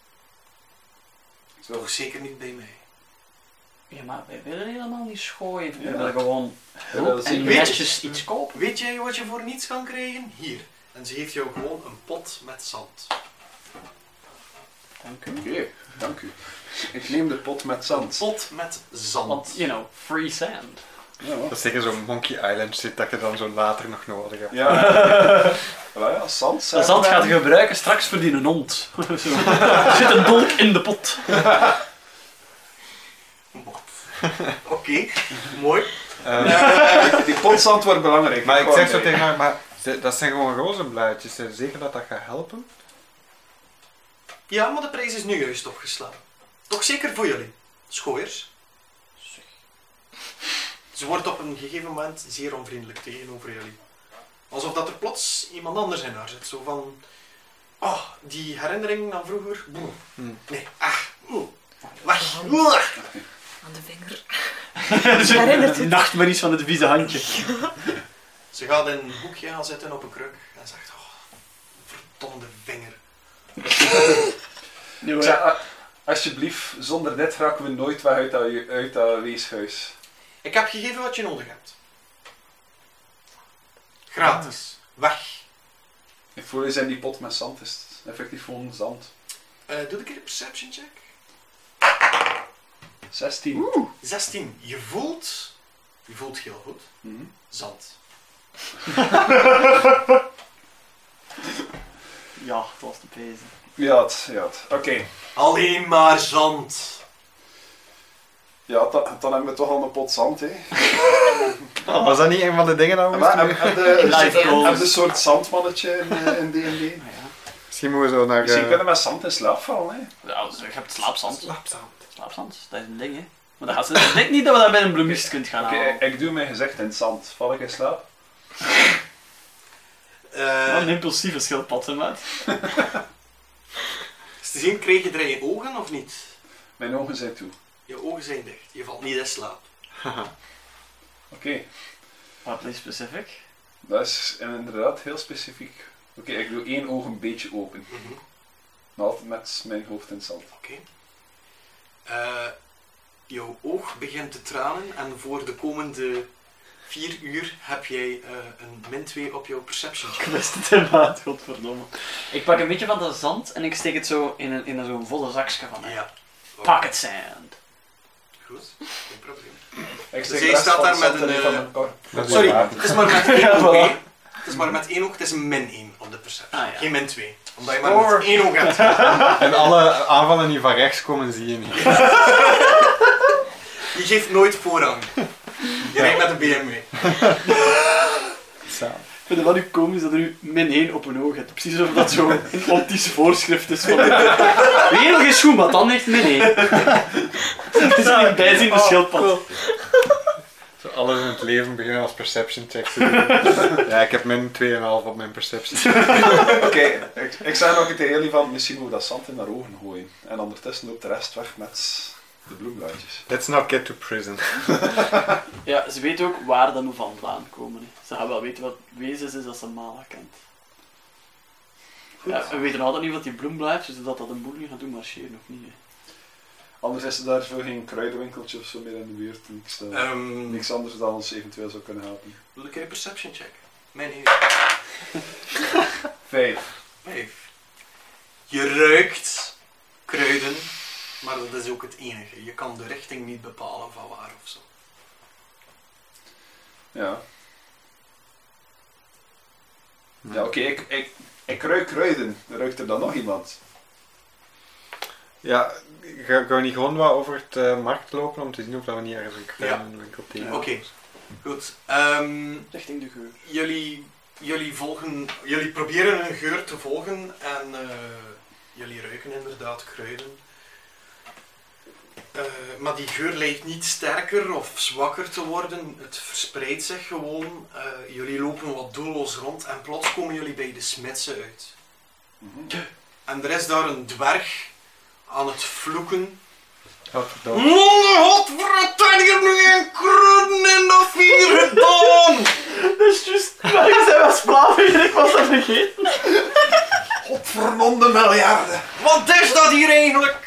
Zo. Toch zeker niet bij mij. Ja, maar wij willen helemaal niet schooien. We willen gewoon Ja, hulp dat en is netjes iets kopen. Weet jij wat je voor niets kan krijgen? Hier. En ze geeft jou gewoon een pot met zand. Dank u. Oké, dank u. Ik neem de pot met zand. Pot met zand. Want, free sand. Ja, Dat is zeker zo'n Monkey Island zit dat je dan zo later nog nodig hebt. ja. Wel ja, zand. Dat zand gaat je gebruiken straks voor die hond. Zo. Er zit een dolk in de pot. Oké, mooi. Die potzand wordt belangrijk. Maar ik Gewoon zeg zo bij. tegen haar, maar dat zijn gewoon rozenblaadjes. Zijn zeker dat dat gaat helpen? Ja, maar de prijs is nu juist opgeslagen. Toch zeker voor jullie, schooiers? Ze wordt op een gegeven moment zeer onvriendelijk tegenover jullie. Alsof dat er plots iemand anders in haar zit. Zo van... Oh, die herinnering aan vroeger. Boe. Nee, weg. Aan de vinger. De nachtmerries van het vieze handje. Ze gaat in een hoekje gaan zitten op een kruk en zegt... Oh, verdomde vinger. Ik zeg, alsjeblieft, zonder dit raken we nooit weg uit dat weeshuis. Ik heb gegeven wat je nodig hebt. Gratis. Weg. Ik voel eens in die pot met zand is het effectief gewoon zand. Doe een keer een perception check. 16. 16. Je voelt heel goed. Mhm. Zand. Ja, het was te pezen. Ja, oké. Alleen maar zand. Ja, dan hebben we toch al een pot zand, hè. Was dat niet een van de dingen dat we Maar moesten doen? Life goals. heb je een soort zandmannetje in D&D? Misschien moeten we zo naar... Misschien kunnen we met zand in slaap vallen, hè. Ja, je hebt slaapzand. Slaapzand. Slaapzand, dat is een ding, hè. Maar dat gaat ze... Ik denk niet dat we dat bij een bloemist kunt gaan Oké, halen. ik doe mijn gezicht in het zand. Val ik in slaap? Wat een impulsieve schildpad, hè, maat. Is te zien, krijg je er in je ogen of niet? Mijn ogen zijn toe. Je ogen zijn dicht. Je valt niet in slaap. Oké, Oddly specific. dat is inderdaad heel specifiek. Oké, ik doe één oog een beetje open. Maar altijd met mijn hoofd in het zand. Oké. Jouw oog begint te tranen en voor de komende 4 uur heb jij een -2 op jouw perception check. Ik wist het inderdaad, godverdomme. Ik pak een beetje van dat zand en ik steek het zo in zo'n volle zakje van mij. Ja. Pocket sand. Goed, geen probleem. Ik Dus steek jij de rest staat van daar het met zand een, erin van mijn kor. Dat is Sorry, waar. het is maar met 1 Ja, oog. voilà. hè. Het is maar met 1 oog, het is een -1 op de perception. Ah, ja. Geen -2. Omdat je maar met 1 oog hebt. En alle aanvallen die van rechts komen, zie je niet. Je geeft nooit voorrang. Je rijdt met een BMW. Zo. Ik vind het wel nu komisch dat er nu -1 op een oog hebt. Precies alsof dat zo een optisch voorschrift is van... Heel geen schoen, maar dan echt -1. Het is een bijziende schildpad. Zo alles in het leven beginnen als perception checks te doen. Ja, ik heb -2,5 op mijn perception. Oké, ik zei nog tegen jullie van misschien moet dat zand in haar ogen gooien. En ondertussen loopt de rest weg met de bloemblaadjes. Let's not get to prison. Ja, ze weet ook waar dat moet vandaan komen. Hè. Ze gaan wel weten wat wezens is als ze Mala kent. Goed. Ja, we weten altijd niet wat die bloemblaadjes, dus dat een boel gaat doen marcheren of niet. Hè. Anders is er daar zo geen kruidenwinkeltje of zo meer in de buurt. Niks anders dan ons eventueel zou kunnen helpen. Doe een keer een perception check. Mijn heer. 5. 5. Je ruikt kruiden, maar dat is ook het enige. Je kan de richting niet bepalen van waar of zo. Ja. Ja, oké, ik ruik kruiden. Ruikt er dan nog iemand? Ja, gaan we niet gewoon wat over het markt lopen om te zien of dat we niet ergens een kruiden in de winkel tegen Oké. Goed. Richting de geur. Jullie proberen een geur te volgen en jullie ruiken inderdaad kruiden. Maar die geur lijkt niet sterker of zwakker te worden. Het verspreidt zich gewoon. Jullie lopen wat doelloos rond en plots komen jullie bij de smidse uit. En er is daar een dwerg aan het vloeken. Godverdomme. Godverdomme, ik heb nu geen kruiden in de vier gedaan! Dat is juist. Maar je zei West-Vlaanderen, ik was dat vergeten. Godverdomde miljarden! Wat is dat hier eigenlijk?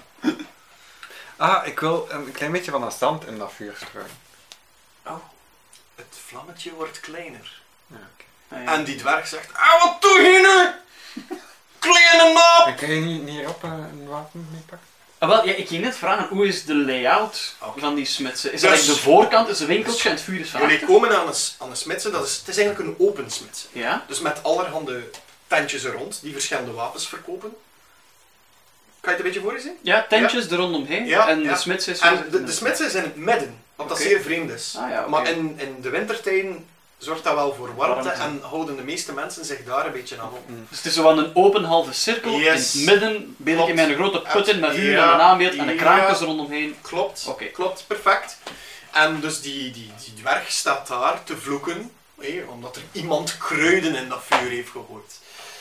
Ah, ik wil een klein beetje van afstand in dat vuur strooien. Oh, het vlammetje wordt kleiner. Ja, oké. Ah, ja. En die dwerg zegt, wat doe je nu? Kleine naap! En kan je niet hierop een wapen meepakken? Ah, wel, ja, ik ging net vragen, hoe is de layout Oké. van die smidse? Is Dus- dat like de voorkant, is een winkeltje en het vuur is van Jullie achter? komen aan een smidse, het is eigenlijk een open smidse. Ja? Dus met allerhande tentjes er rond, die verschillende wapens verkopen. Kan je het een beetje voor je zien? Ja, tentjes er rondomheen Ja, en ja. de smidse is... En de smidse is in het midden, wat dat Oké. zeer vreemd is. Ah ja, oké. Maar in de wintertijden zorgt dat wel voor warmte, Warmte. en houden de meeste mensen zich daar een beetje aan op. Dus het is zo van een open halve cirkel, Yes. in het midden beeld ik Klopt. in mijn grote put in met vuur Ja. en een aanbeeld en de Ja. kraampjes er rondomheen. Klopt, Oké. klopt, perfect. En dus die dwerg staat daar te vloeken, omdat er iemand kruiden in dat vuur heeft gegooid.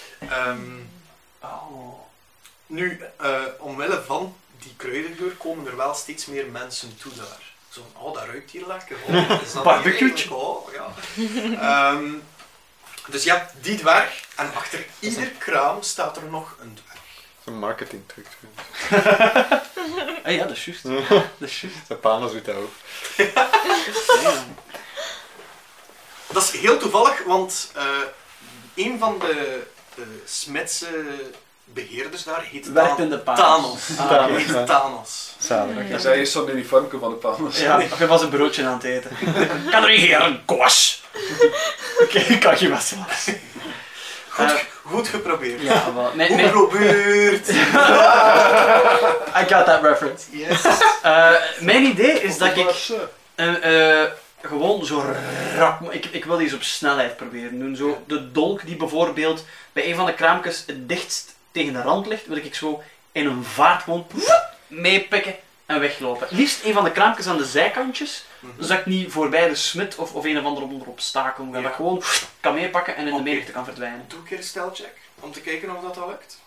Oh. Nu, omwille van die kruidengeur komen er wel steeds meer mensen toe daar. Zo van, dat ruikt hier lekker. Oh, is dat Barbecue'tje. hier eigenlijk? Oh, ja. Dus je hebt die dwerg en achter ieder kraam staat er nog een dwerg. Dat is een marketing truc. Ah ja, dat is juist. Dat is juist. De panos doet dat ook. Ja. Dat is heel toevallig, want een van de smidse beheerders daar heet Werkt in de panos. Thanos. Ah, oké. Heet Thanos. Zalig. Dan zei je zo'n uniformje van de panos. Ja, of je was een broodje aan het eten. Kan er hier een koos? Oké, kan je wat zelfs. Goed geprobeerd. Ja, wel. Geprobeerd. I got that reference. Yes. Mijn idee is dat ik gewoon zo rap... Ik wil die eens op snelheid proberen doen. Zo de dolk die bijvoorbeeld bij een van de kraampjes het dichtst tegen de rand ligt, wil ik zo in een vaart gewoon meepikken en weglopen. Liefst een van de kraampjes aan de zijkantjes, zodat ik niet voorbij de smid of een of andere obstakel moet gaan. Dat ik gewoon kan meepakken en in de Oké. menigte kan verdwijnen. Doe een keer een stelcheck om te kijken of dat al lukt.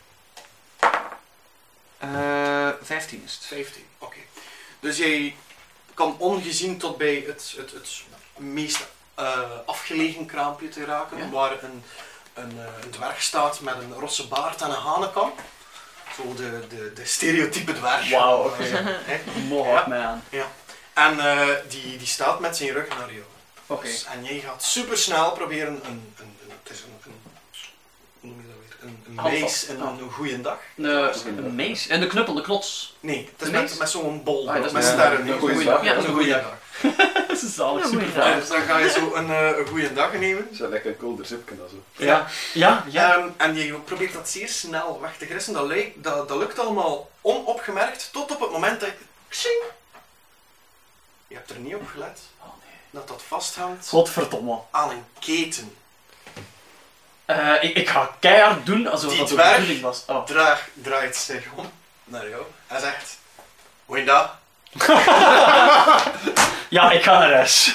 15 is het. 15, oké. Dus jij kan ongezien tot bij het meest afgelegen kraampje te raken, Ja. waar een dwerg staat met een rosse baard en een hanenkam. Zo de stereotype dwerg. Wauw, oké. Hè? Mooi hard mij aan. En die staat met zijn rug naar jou. Oké. Dus, en jij gaat super snel proberen het is hoe noem je dat weer? Een meis en een goeie dag. Een mees. En de knuppel, de knots. Nee, het is Een meis? met zo'n bol, Ah, dat is met een- sterren. een goeie Een dag. Ja, dat is een goeie dag. Dat is zalig, Ja, super goeie zalig. Dus dan ga je zo een goede dag nemen. Zo lekker een kolder zipken en zo. Ja. En je probeert dat zeer snel weg te grissen. Dat lukt allemaal onopgemerkt tot op het moment dat je... Pshing! Je hebt er niet op gelet Oh, nee. dat vasthangt Godverdomme. aan een keten. Ik ga keihard doen alsof Die dat de dwerg bedoeling was. Oh. Draait zich om naar jou en zegt... Goeiedag. Ja, ik ga naar huis.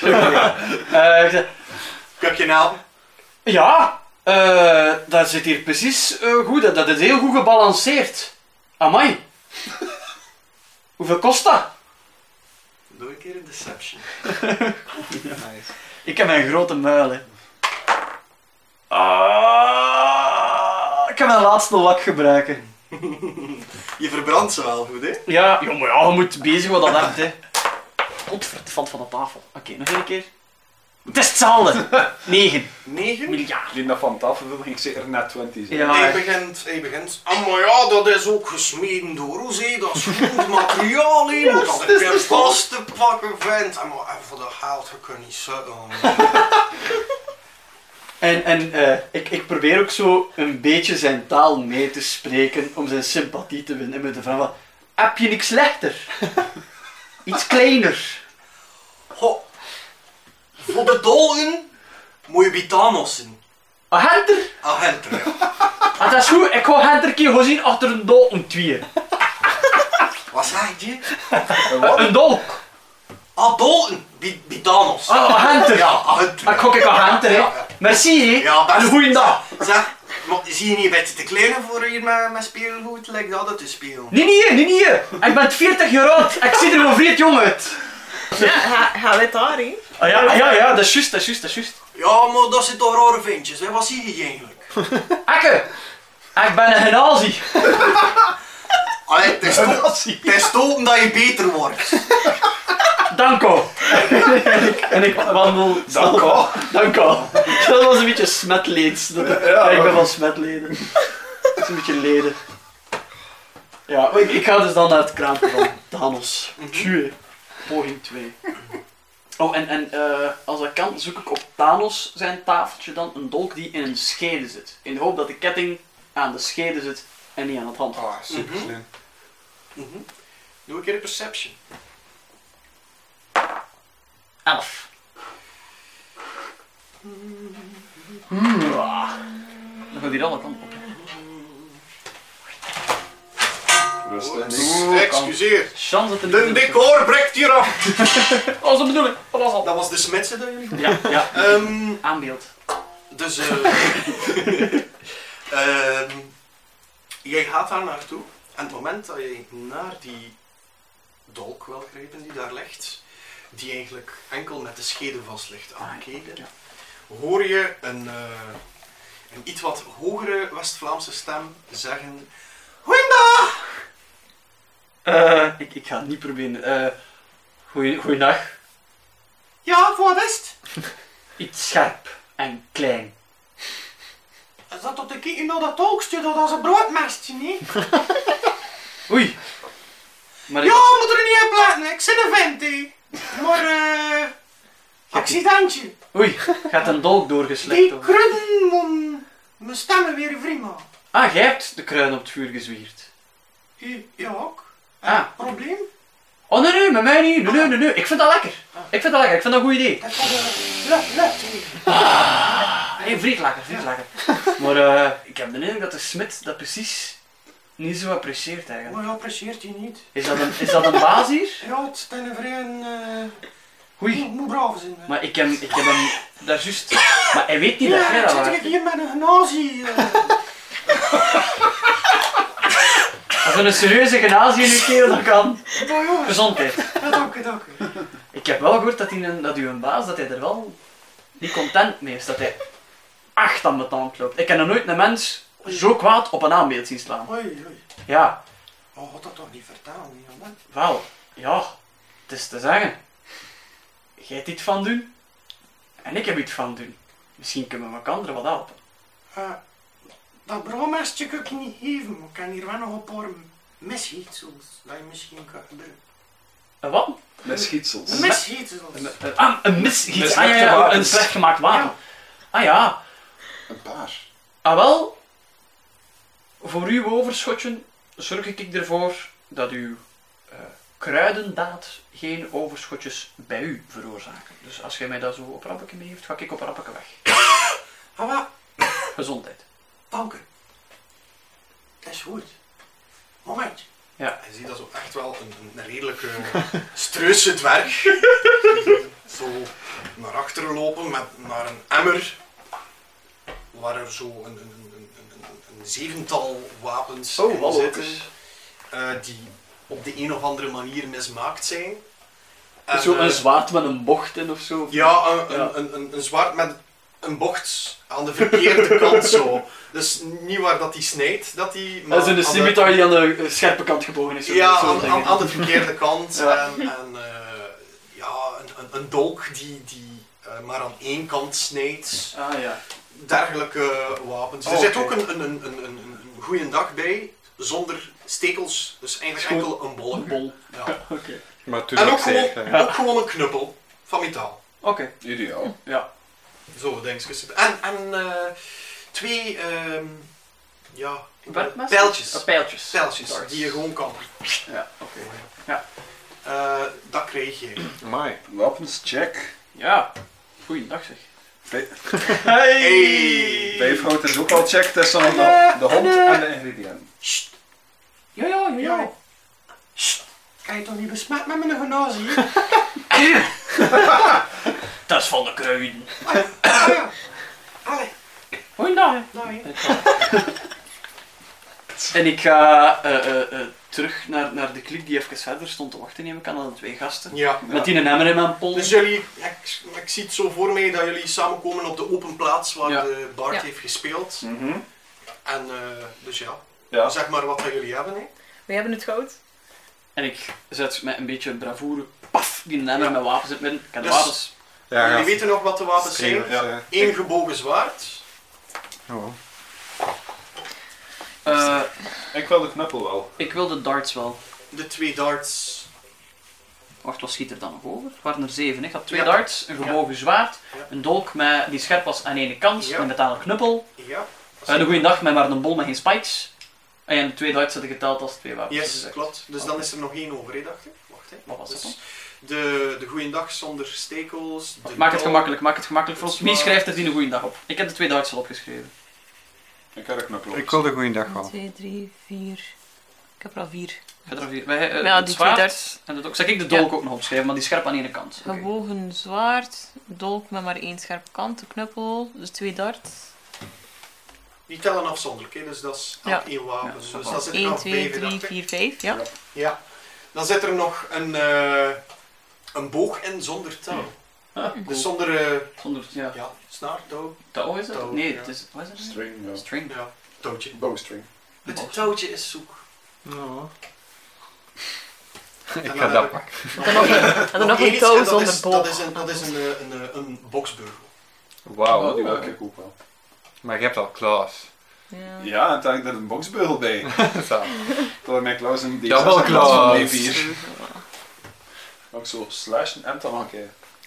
Heb je naam? Ja, dat zit hier precies goed. Dat is heel goed gebalanceerd. Amai. Hoeveel kost dat? Doe een keer een deception. Nice. Ik heb een grote muil, hè. Ik ga mijn laatste lak gebruiken. Je verbrandt ze wel goed, hè? Ja, maar ja, je moet bezig wat dat hebt, hè. Godverd, het valt van de tafel. Oké, nog een keer. Het is hetzelfde. 9 9? miljard. Die dat van tafel wil, ging zeker net 20 zijn. Ja, Hij begint. Ah, maar ja, dat is ook gesmeden door ons, hè. Dat is goed materiaal, hè. Moet dat een keer vast te pakken, vent. En maar voor dat geld, je kunt niet zitten. Ik probeer ook zo een beetje zijn taal mee te spreken om zijn sympathie te winnen. En met de vraag van, heb je niks slechter? Iets kleiner? Goh. Voor de dolgen moet je bij Thanos zijn. Een henter? Agenter, ja. Ah, dat is goed, ik ga henter keer gewoon zien achter een dolk om 2. Wat zeg je? Een dolk. Ah, dolgen. Bij Thanos. Ah, een henter. Ja, agenter. Ik gok ik een henter, hè. Ja. Merci, hè. Ja, En een goeie dag. Zeg, maar zie je niet een beetje te klein voor hier met speelgoed, like dat te spelen? Nee. Ik ben 40 jaar oud. Ik zie er wel vreed jong uit. Ja, ga weet daar, hè. Ah ja, dat is juist. Ja, maar dat zijn toch rare ventjes, hè? Wat zie je eigenlijk? Ik ben een genazi. Allee, het is toten dat je beter wordt. Dank u. En ik wandel. Dank u. Dat was een beetje smetleeds. Ja, ik ben van smetleden. Dat is een beetje leden. Ja, ik ga dus dan naar het kraampje van Thanos. Tjue. Poging 2. Oh, en als dat kan, zoek ik op Thanos zijn tafeltje dan een dolk die in een schede zit. In de hoop dat de ketting aan de schede zit en niet aan het hand. Oh, super slim. Doe een keer een perception. 11. Dan gaat hier alle kanten op. Rustig. Excuseer. Chance dat er De niet... decor breekt hier af. Oh, dat bedoel ik. Dat was al. Dat was de smidse dat jullie... Ja. Ehm, Aanbeeld. dus, jij gaat daar naartoe. En het moment dat je naar die dolk wil grijpen die daar ligt, die eigenlijk enkel met de schede vast ligt aankeken, Ja. hoor je een iets wat hogere West-Vlaamse stem zeggen: Goeiedag! Ik ga het niet proberen. Goeiedag. Ja, voor wat is het? Iets scherp en klein. Is dat tot de kijken naar dat dolkje, dat als een broodmestje, nee? Oei. Maar Ja, moet er niet op letten, ik zit een vent, hé. Maar, accidentje. Oei, gaat een dolk doorgeslept. Die Of... krudden moeten mijn stemmen weer vriend maken. Ah, jij hebt de kruin op het vuur gezwierd. Ja, ook. Ah. Probleem? Oh nee, met mij niet. Nee. Ik vind dat lekker. Ik vind dat een goed idee. Dat gaat lucht. Nee, vriend lekker. Maar ik heb de indruk dat de smid dat precies niet zo apprecieert eigenlijk. Maar je apprecieert je niet. Is dat een baas hier? Ja, het is een vrij Oei. moet braaf zijn. Hè. Maar ik heb hem daar juist... Maar hij weet niet dat jij Ja, dat ik was. zit hier met een nazi. Als er een serieuze genazie in je keel, dan kan. Nou ja, Gezondheid. ja, dank u. Ik heb wel gehoord dat uw baas, dat hij er wel niet content mee is. Dat hij echt aan mijn tand loopt. Ik heb nog nooit een mens zo kwaad op een aanbeeld zien slaan. Oei. Ja, Oh, dat toch niet vertellen, jongen. wel. Ja, het is te zeggen. Jij hebt iets van doen. En ik heb iets van doen. Misschien kunnen we elkaar wat helpen. Dat broodmestje kan ik je niet geven, maar ik kan hier wel nog een paar misgietsels dat je misschien kan gebruiken. Wat? Met schietsels. Misgietsels. Een misgiet. Met Ah, ja, slechte een wapens. slecht gemaakt wapen. Ja. Ah ja. Een paar. Ah wel. Voor uw overschotje zorg ik ervoor dat uw kruidendaad geen overschotjes bij u veroorzaken. Dus als jij mij dat zo op rappeke mee heeft, ga ik op rappeke weg. Ah, wat? Gezondheid. Dank u. Dat is goed. Moment. Ja. Je ziet dat zo echt wel een redelijke streuze dwerg. Zo naar achteren lopen naar een emmer. Waar er zo een zevental wapens Oh, in wat zitten. lopers. Die op de een of andere manier mismaakt zijn. Zo En, een zwaard met een bocht in of zo. Ja, Ja. een zwaard met een bocht aan de verkeerde kant zo. Dus niet waar dat die snijdt, dat die... Dat is een aan de- scimitar die aan de scherpe kant gebogen is. Ja, zo aan, aan de verkeerde kant. Ja. En ja, een dolk die maar aan één kant snijdt. Ah ja. Dergelijke wapens. Er zit ook een goeie dag bij, zonder stekels, dus eigenlijk enkel een bolle. Een bol. Ja. Oké. Maar toen En ook ook gewoon, zeker. ook gewoon een knuppel van metaal. Oké. Ideaal. Ja. Zo, dingetjes. En twee, Werkmessen? pijltjes. Pijltjes. Pijltjes, Darts. die je gewoon kan. Ja, oké. Dat krijg je. Amai. Wapens, check. Ja. Goeiedag zeg. Hey! Bijfhout is ook al check. Het is dan de hond en de ingrediënten. Ja. Kan je toch niet besmet met mijn genazie? Dat is van de kruiden. Allee. Goeiedag. Nee. En ik ga terug naar de klik die even verder stond te wachten, neem ik aan, aan de twee gasten. Ja. Met die een emmer in mijn pol. Dus jullie, ik zie het zo voor mij dat jullie samenkomen op de open plaats waar Ja. de Bart Ja. heeft gespeeld. En dus Ja. zeg maar wat dat jullie hebben. Hè. We hebben het goud. En ik zet met een beetje bravoure, paf, die een emmer met wapens in het midden. Ik heb de Dus- wapens. Ja, jullie weten nog wat de wapens zijn. Ja. Eén gebogen zwaard. Oh. Ik wil de knuppel wel. Ik wil de darts wel. De 2 darts. Wacht, wat schiet er dan nog over? Het waren er 7. Ik had 2 Ja. darts, een gebogen zwaard, Ja. een dolk met, die scherp was aan de ene kant, Ja. een metalen knuppel, Ja. en een goede dag met maar een bol met geen spikes. En de 2 darts had ik geteld als 2 wapens. Yes, gezegd. klopt. Dus dan is er nog één over, hè, dacht ik. Wacht, hè. Wat was dat Dus dan? de goeiedag zonder stekels. De Maak het dol- gemakkelijk voor ons. Wie schrijft er die een goede dag op? Ik heb de 2 darts al opgeschreven. Ik heb de knuppel. Ik wil de goede dag wel. 2, 3, 4. Ik heb er al 4. Verder vier. Wij, Ja, het die zwaard 2 darts. en de dolk. Zal ik de dolk ook nog opschrijven, maar die scherp aan de ene kant. Oké. Gebogen zwaard, dolk met maar 1 scherpe kant, een knuppel, dus 2 darts. Die tellen afzonderlijk, hè. Dus dat is Ja. elk één wapen. Ja, Dus zo. dat zit er 1, nog 2, 5, 3, 4, 5. Ja. Ja. Dan zit er nog een boog in zonder touw. Ah, cool. Dus zonder Zonder, ja. snaar, touw. Touw is het? Touw, Nee, ja. het is, wat is het? String, ja. String. Ja, touwtje. Bowstring. Het touwtje is zoek. Oh. Ik En ga dan dat heb pakken. En dan nog een één touw iets, en zonder boog. Dat is een boksbeugel. Wauw. Oh, die wil ik ook wel. Maar je hebt al Klaus. Ja. Ja, en toen heb ik er een boxbeugel bij. Zo. Toen mijn Klaus een D6 Double in plaats van Klaus. D4. Ook zo slashen en dan een keer.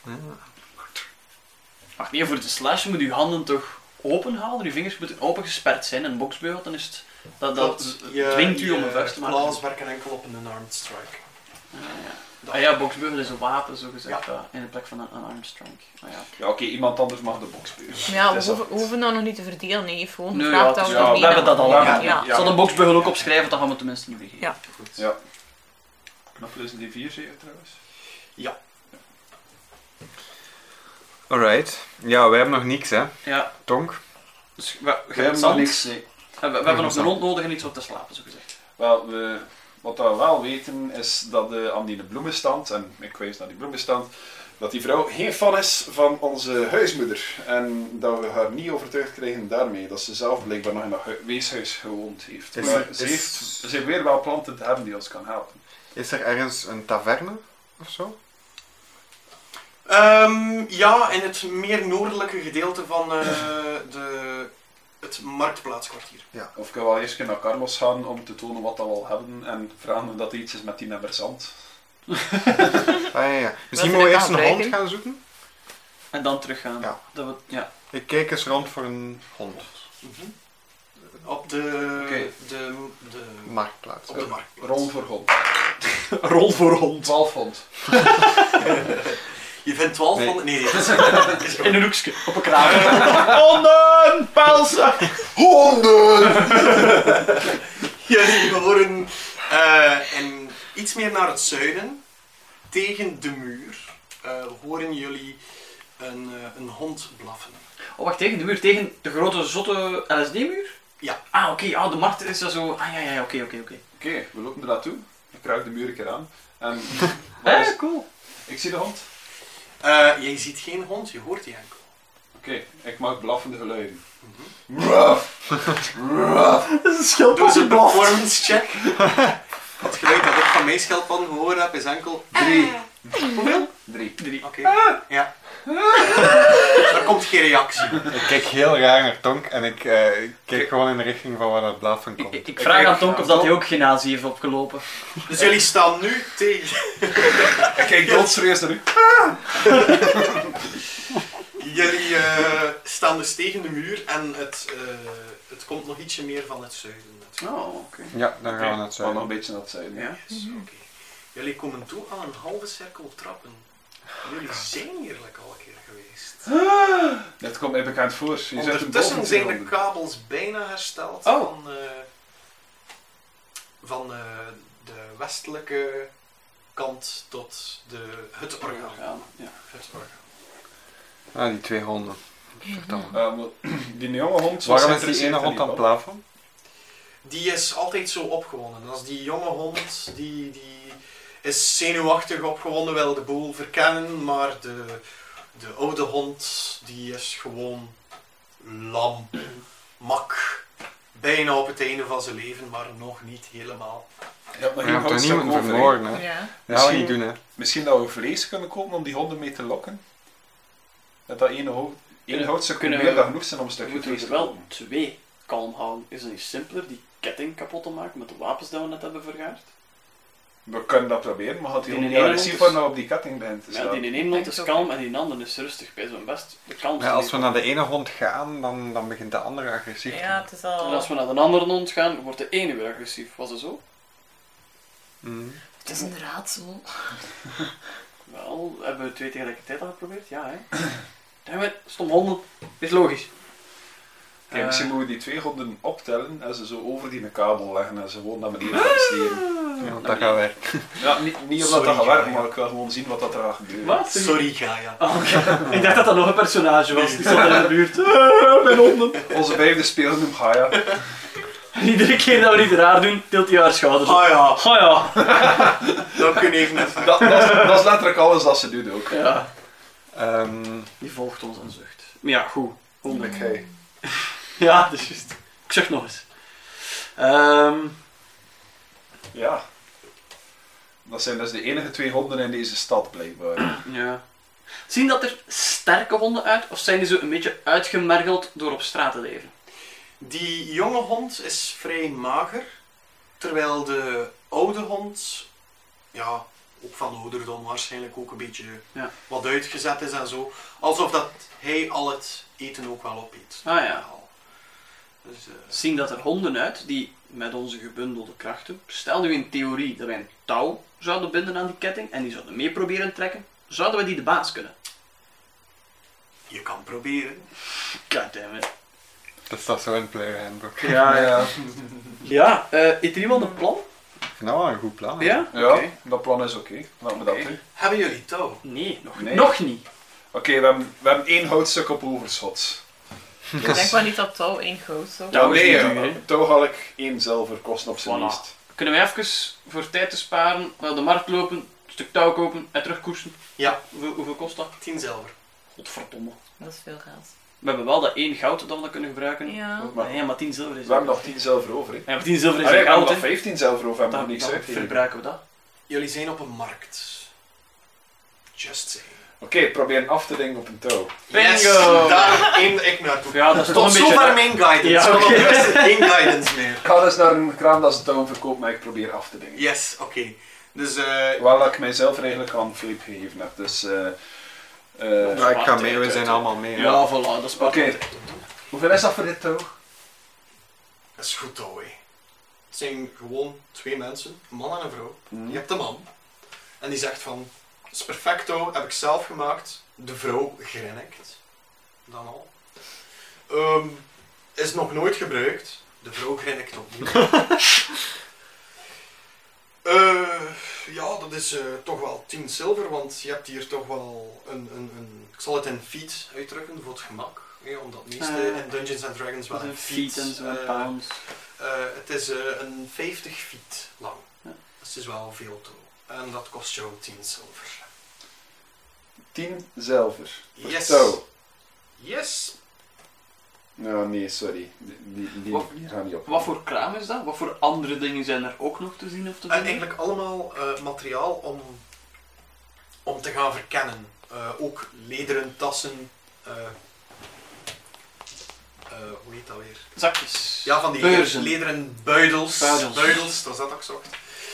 Ach nee, voor te slashen moet je handen toch open houden? Je vingers moeten open gesperd zijn. Een boksbeugel, dan is het... Dat dwingt u om een vuist te maken. Klaas werken enkel op een unarmed strike. Ah ja, boksbeugel is een wapen, zo gezegd, in de plek van een armed strike. Ah, ja. Ja, oké, iemand anders mag de boxbeugel. Ja, Het is we hoeven dat nog niet te verdelen. Nee, gewoon Nee, gevraagd ja, dat we het is- dat we hebben dat al meenemen. aan. Ja. Ik zal de boksbeugel ook opschrijven, dan gaan we het tenminste niet vergeten. Ja. Goed. Ja. Knuppel is een D4 zeker trouwens. Ja. Alright. Ja, wij hebben nog niks, hè. Ja, Tonk. dus We hebben nog niks. Nee. We hebben nog een rond nodig en iets om te slapen, zo gezegd. Wel, wat we wel weten is dat aan die bloemenstand, en ik wijs naar die bloemenstand, dat die vrouw geen fan is van onze huismoeder. En dat we haar niet overtuigd krijgen daarmee, dat ze zelf blijkbaar nog in dat weeshuis gewoond heeft. Is Maar er- ze is- heeft weer wel planten te hebben die ons kan helpen. Is er ergens een taverne of zo? Ja, in het meer noordelijke gedeelte van het marktplaatskwartier. Of kunnen we wel eerst een keer naar Carlos gaan om te tonen wat we al hebben en vragen of dat er iets is met die memberzand. Ah, ja. Misschien we moeten we het eerst een gaan hond gebruiken? gaan zoeken? En dan teruggaan. Ja. Dat we, ja. Ik kijk eens rond voor een hond. Op de, Oké. de Marktplaats. op de marktplaats. Rol voor hond. Rol voor hond. 12 hond. Je vindt 12 Nee. van... Nee, dat is In een hoekje, op een kraag. Honden! Pelsen! Honden! Jullie horen iets meer naar het zuiden, tegen de muur, horen jullie een hond blaffen. Oh, wacht, tegen de muur, tegen de grote zotte LSD-muur? Ja. Ah, oké, de markt is dat zo... Ah, ja, oké. Oké, we lopen er naartoe. Ik kruik de muur een keer aan. En wat is- Cool. ik zie de hond. Je ziet geen hond, je hoort die enkel. Oké, ik maak blaffende geluiden. Ruff! Ruff! Dat is een schildpad Doe eens een geblaft. performance check. Het geluid dat ik van mijn schildpadden gehoord heb is enkel... 3. Hoeveel? 3. 3. Oké. Ja. Er komt geen reactie. Ik kijk heel raar naar Tonk en ik kijk gewoon in de richting van waar dat blaffen komt. Ik vraag aan Tonk of dat hij ook geen nazi heeft opgelopen. Dus jullie staan nu tegen... Ik kijk doodserieus naar u. Jullie staan dus tegen de muur en het komt nog ietsje meer van het zuiden. Oh, oké. Ja, dan gaan we naar het Nog zuiden. een beetje naar het zuiden. Ja. Yes, oké. Jullie komen toe aan een halve cirkel trappen. Jullie zijn hier al een keer geweest. Dat komt mij bekend voor. Je zit een Ondertussen boven zijn de onder. kabels bijna hersteld Oh. van de westelijke kant tot het orgaan. Ja. Het orgaan. Ah, die 2 honden. Vertel. Maar die jonge hond was Waarom is die geïnteresseerd ene in hond die aan het bal. blaffen? Die is altijd zo opgewonden. Als die jonge hond, die is zenuwachtig opgewonden, wil de boel verkennen, maar de oude hond, die is gewoon lam, mak, bijna op het einde van zijn leven, maar nog niet helemaal. Je hebt nog Je geen hebt toch houtstuk niemand over, hè? vermoorden, hè? Ja. Dat gaan we niet doen, hè. Misschien dat we vlees kunnen kopen om die honden mee te lokken. Dat één houtstuk kunnen meer we- dan genoeg zijn om een We stukje moeten vlees er te wel kopen. 2 kalm houden. Is het niet simpeler die ketting kapot te maken met de wapens die we net hebben vergaard? We kunnen dat proberen, maar had hij Die ook ene niet hond agressief is- worden nou op die ketting bent te Ja, slaan. die ene hond is kalm en die andere is rustig. Bij zo'n best de kalmste. Ja, als we naar de ene hond gaan, dan begint de andere agressief te Ja, het is al... En als we naar de andere hond gaan, wordt de ene weer agressief. Was het zo? Mhm. Het is een raadsel. Wel, hebben we 2 tegelijkertijd al geprobeerd? Ja, hè. Dammit, stom honden. Is logisch. Kijk, misschien moeten we die 2 honden optellen en ze zo over die kabel leggen en ze gewoon naar beneden gaan steren. Ja, want dat gaat werken. Ja, niet omdat Sorry, dat gaat werken, Gaia. maar ik wil gewoon zien wat dat er gaat gebeuren. Wat? Sorry, Gaia. Oh, oké. Ik dacht dat dat nog een personage was. Die stond er in de buurt. Mijn honden. Onze 5e speler noemt Gaia. En iedere keer dat we iets raar doen, tilt hij haar schouders op. Ah ja, Oh ja. dat kun je even... Dat is letterlijk alles dat ze doet ook. Ja. Ehm, Die volgt ons en zucht. Maar ja, goed. Honden. Kijk, hey. Ja, dat is juist. Ik zucht nog eens. Ja. Dat zijn dus de enige 2 honden in deze stad, blijkbaar. Ja. Zien dat er sterke honden uit, of zijn die zo een beetje uitgemergeld door op straat te leven? Die jonge hond is vrij mager, terwijl de oude hond, ja, ook van ouderdom waarschijnlijk ook een beetje Ja. wat uitgezet is en zo. Alsof dat hij al het eten ook wel opeet. Ah ja. Dus, Zien dat er honden uit die met onze gebundelde krachten, stel nu in theorie dat wij een touw zouden binden aan die ketting en die zouden mee proberen trekken, zouden we die de baas kunnen? je kan proberen. Goddammit. dat staat zo in het player handbook. Ja. Ja, heeft er iemand een plan? Nou, een goed plan. hè. Ja? Ja, Oké. dat plan is oké. Laten we dat Oké. doen. Hebben jullie touw? Nee, nog, Nee. nog niet. Oké, we hebben 1 houtstuk op overschot. Ik denk wel niet dat touw 1 goud zou Touw is nee, niet duur, hè. touw had ik 1 zilver kosten op zijn Voilà. meest. Kunnen wij even voor tijd te sparen naar de markt lopen, een stuk touw kopen en terugkoersen? Ja. Hoeveel kost dat? 10 zilver. Godverdomme. Dat is veel geld. We hebben wel dat 1 goud dat we dat kunnen gebruiken. Ja. Maar Nee, maar 10 zilver is we hebben nog 10 zilver over, hè. Ja, maar 10 zilver is Allee, we hebben goud, nog hè. 15 zilver over, we hebben nog niks Dan uitgegeven. verbruiken we dat. Jullie zijn op een markt. Just saying. Oké, probeer af te dingen op een touw. Bingo! Yes, daar aim ik naartoe. Ja, dat is toch Tot een beetje... zover mijn guidance. Ja, Want oké. er is geen guidance meer. Ik ga dus naar een kraam dat ze touw verkoopt, maar ik probeer af te dingen. Yes, oké. Dus Wel dat ik mijzelf eigenlijk aan Filip gegeven heb, dus... Ja, ik ga mee, we zijn allemaal mee. hè. Ja, voilà, dat is Oké. Hoeveel is dat voor dit touw? dat is goed touw, hè. Het zijn gewoon 2 mensen, een man en een vrouw. Je hebt de man. En die zegt van, het is perfect touw, heb ik zelf gemaakt. De vrouw grinnikt. Dan al. Is nog nooit gebruikt. De vrouw grinnikt opnieuw. Ja, dat is toch wel 10 zilver, want je hebt hier toch wel een ik zal het in feet uitdrukken voor het gemak. Ja, omdat meeste in Dungeons and Dragons wel Wat in een feet en zo, pounds. het is een 50 feet lang. Ja. Dus het is wel veel touw. En dat kost jou 10 zilver. 10 zilver. Voor Yes. touw. Yes. Nou, nee, sorry. Die gaan niet op. Wat voor kraam is dat? Wat voor andere dingen zijn er ook nog te zien of te doen? Eigenlijk allemaal materiaal om om te gaan verkennen. Ook lederen tassen. Hoe heet dat weer? Zakjes. Ja, van die Beurzen. lederen buidels. Buidels. Dat is dat ik zocht.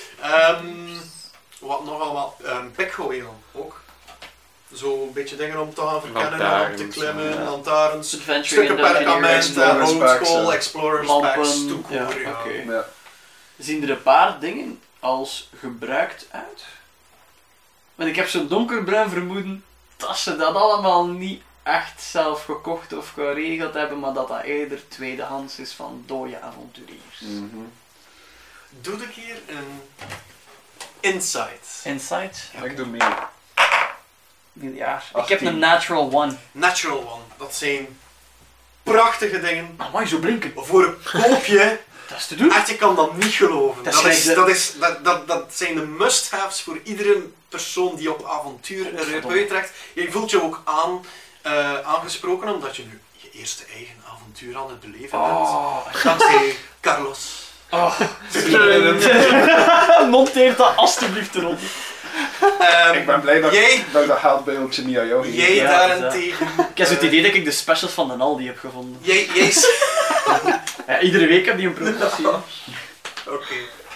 Wat nog allemaal? Pikgooien ook. Zo een beetje dingen om te gaan verkennen, Lantaarns, om te klimmen, ja. lantaarns, Adventuring stukken and perkament, Explorers packs, roadskool, explorers Lampen. packs, toekoer. Ja, Ja. oké. Ja. Zien er een paar dingen als gebruikt uit? Want ik heb zo'n donkerbruin vermoeden dat ze dat allemaal niet echt zelf gekocht of geregeld hebben, maar dat dat eerder tweedehands is van dode avonturiers. Mhm. Doe een keer een insight. Insight? Ik doe mee. Miljard. Ik 18. heb een natural one. Natural one. Dat zijn prachtige dingen. Amai, zo blinken. Voor een koopje. Dat is te doen. Echt, je kan dat niet geloven. Dat is Dat zijn de must-haves voor iedere persoon die op avontuur uittrekt. Je voelt je ook aangesproken omdat je nu je eerste eigen avontuur aan het beleven bent. Dankzij Carlos. Oh. Monteer dat alstublieft eronder. Ik ben blij dat Jij- ik dat geldbeeldje niet aan jou geef. Jij Ja, daarentegen... Ik heb zo het idee dat ik de specials van de Aldi heb gevonden. Jij Ja, iedere week heb die een promotie. Oké.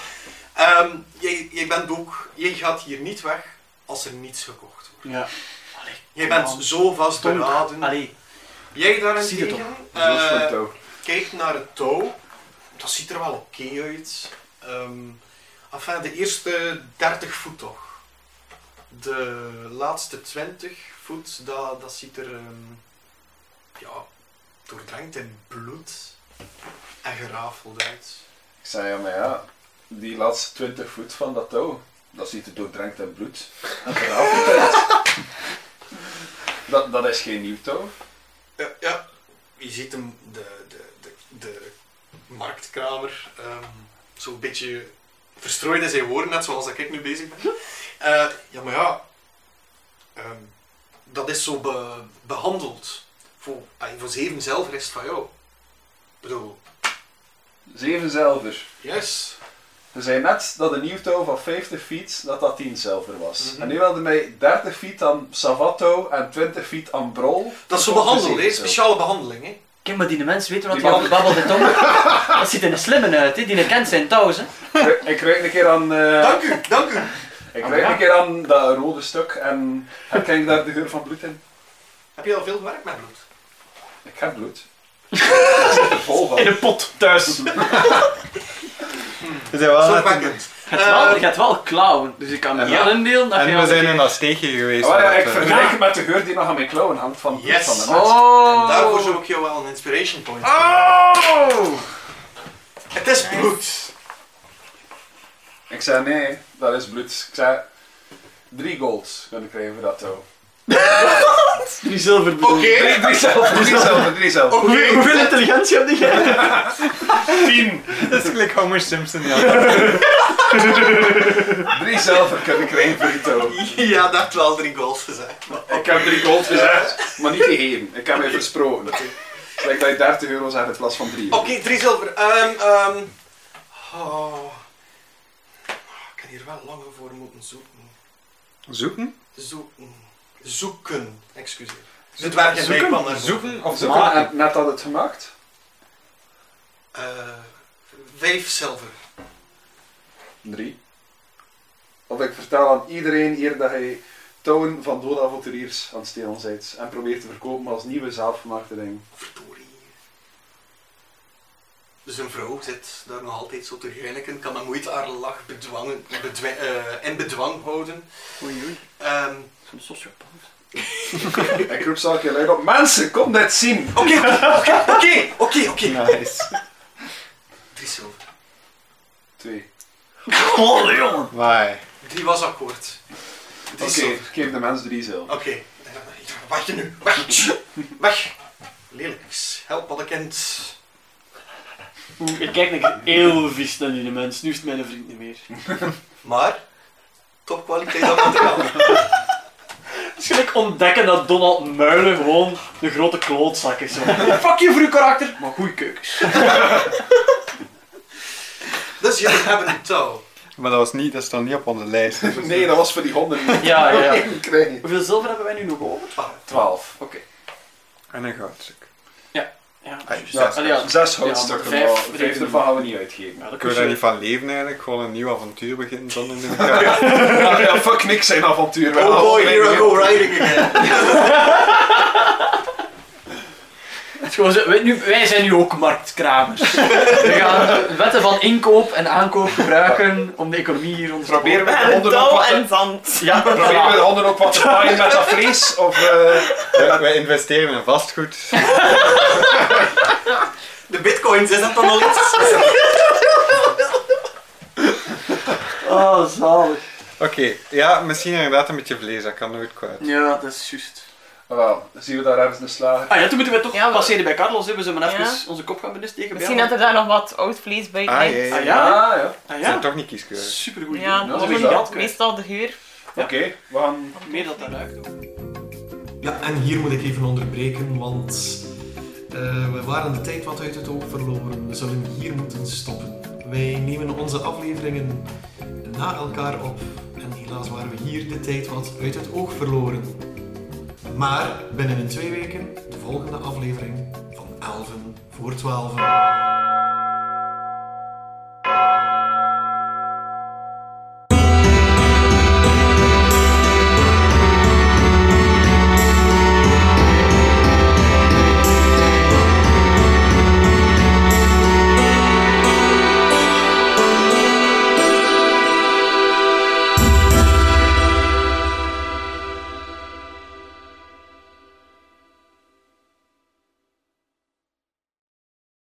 Jij bent ook... Jij gaat hier niet weg als er niets gekocht wordt. Ja. Allee, Jij bent zo vastberaden. Allee, Jij Zie je daarentegen... toch? Zo is het ook. Kijk naar het touw. Dat ziet er wel oké uit. Enfin, de eerste 30 voet toch. De laatste 20 voet, dat ziet er ja, doordrenkt in bloed en gerafeld uit. Ik zei ja, maar ja, die laatste 20 voet van dat touw, dat ziet er doordrenkt in bloed. En gerafeld uit. Dat is geen nieuw touw. Ja, je ziet hem, de marktkramer, zo'n beetje verstrooid in zijn woorden, net zoals dat ik nu bezig ben. Ja, maar ja, dat is zo behandeld. Voor 7 zilver is het van jou. Ik bedoel, 7 zilver. yes. Je zei net dat een nieuw touw van 50 feet, dat 10 zilver was. Mhm. En nu wilde mij 30 feet aan savat-touw en 20 feet aan brol. Dat is zo kost behandeld, 7 hè? zilver. Speciale behandeling. Hè? kijk maar die mensen weten wat Die hij over babbelde, Tom. Dat ziet er een slimme uit, hè. Die kent zijn touws, hè. Ik ruik een keer aan... Dank u. Ik Oh, ruik ja. een keer aan dat rode stuk en herken ik daar de geur van bloed in. Heb je al veel gewerkt met bloed? Ik heb bloed. Ik zit er vol van. In een pot thuis. We zijn wel net in Zorgwekkend. Je gaat wel klauwen, dus ik kan me Ja. wel indelen dat je en al we zijn een in keer- dat steegje geweest. Oh ja, waar ik dat, vergelijk het met de geur die nog aan mijn klauwen hangt van het bloed Yes. van de mens. Oh! En daarvoor zou ik jou wel een inspiration point geven. Oh! Het is bloed. Ik zei nee, dat is bloed. Ik zei 3 gold kunnen krijgen voor dat touw. 3 zilver bedoel. Oké. 3 zilver, 3 zilver. Oké. Hoeveel intelligentie heb jij? 10. dat is gelijk Homer Simpson, ja. 3 zilver kunnen krijgen voor die touw. Ja, dat had wel 3 goals gezegd. Maar Ik heb 3 gold gezegd, maar niet gegeven. Ik heb mij versproken. Lijkt dat je 30 euro zegt in plaats van 3 euro. Oké, 3 zilver. Ik heb hier wel langer voor moeten zoeken. Zoeken? Zoeken, excuseer. Dit werkt in mij kwam naar Zoeken of Zo maken? en net had het gemaakt. 5 zilver. 3. Of ik vertel aan iedereen hier dat hij touwen van dode avonturiers aan het stelen bent en probeert te verkopen als nieuwe zelfgemaakte dingen. Verdorie. Dus een vrouw zit daar nog altijd zo te grinniken, kan met moeite haar lach in bedwang houden. Oei, oei. Zo'n sociopaat. Ik roep zo een keer luid op: mensen, kom dit zien! Oké. Nice. 3 zilver. 2. Oh, jongen. Why? 3 was akkoord. 3 Oké, zilver. geef de mens 3 zilver. Oké. Wacht je nu. Weg. Lelijk. Help alle kind. Ik kijk nog heel vies naar die mens. Nu is het mijn vriend niet meer. Maar, topkwaliteit aan materiaal. Het is gelijk ontdekken dat Donald Muilen gewoon een grote klootzak is. Zo. Fuck je voor uw karakter, maar goeie keukens. Dus jullie hebben een touw. Maar dat stond niet op onze lijst. Nee, dat was voor die honden. Ja. Krijgen. Hoeveel zilver hebben wij nu nog over? 12. Oké. En een goudstuk. Ja, juist. Ja, Allee, ja. 6 houtstukken, Ja, maar vijf 5 ervan gaan we niet uitgeven. Ja, dat Ik kun wil daar je... niet van leven eigenlijk. Gewoon een nieuw avontuur beginnen zonder in de Ja, fuck niks zijn avontuur. We Oh gaan boy, allemaal here I go riding again. Het is gewoon zo, wij zijn nu ook marktkramers. We gaan wetten van inkoop en aankoop gebruiken om de economie hier onder te Proberen we We de hebben honden ook touw wat en te... zand. Ja, Proberen we de honden ook wat te paaien met dat vlees? Of... Wij investeren in vastgoed. De bitcoins, is dat dan al iets? Oh, zalig. Oké, ja, misschien inderdaad een beetje vlees. Dat kan nooit kwaad. Ja, dat is juist. Wel, zien we daar ergens een slager? Ah ja, toen moeten we toch Ja, maar- passeren bij Carlos. Hè. We zullen maar even Ja. onze kop gaan besteken. Misschien dat er daar nog wat oud vlees bij Ah, ligt. ja. Ah ja? ja. Ah Ze ja? zijn toch niet kieskeurig. Supergoed. Ja, dat dat is is wel meestal de geur. Oké, we gaan... Meer dat dat ruikt ook. Ja, en hier moet ik even onderbreken, want we waren de tijd wat uit het oog verloren. We zullen hier moeten stoppen. Wij nemen onze afleveringen na elkaar op en helaas waren we hier de tijd wat uit het oog verloren. Maar binnen 2 weken de volgende aflevering van 11 voor 12.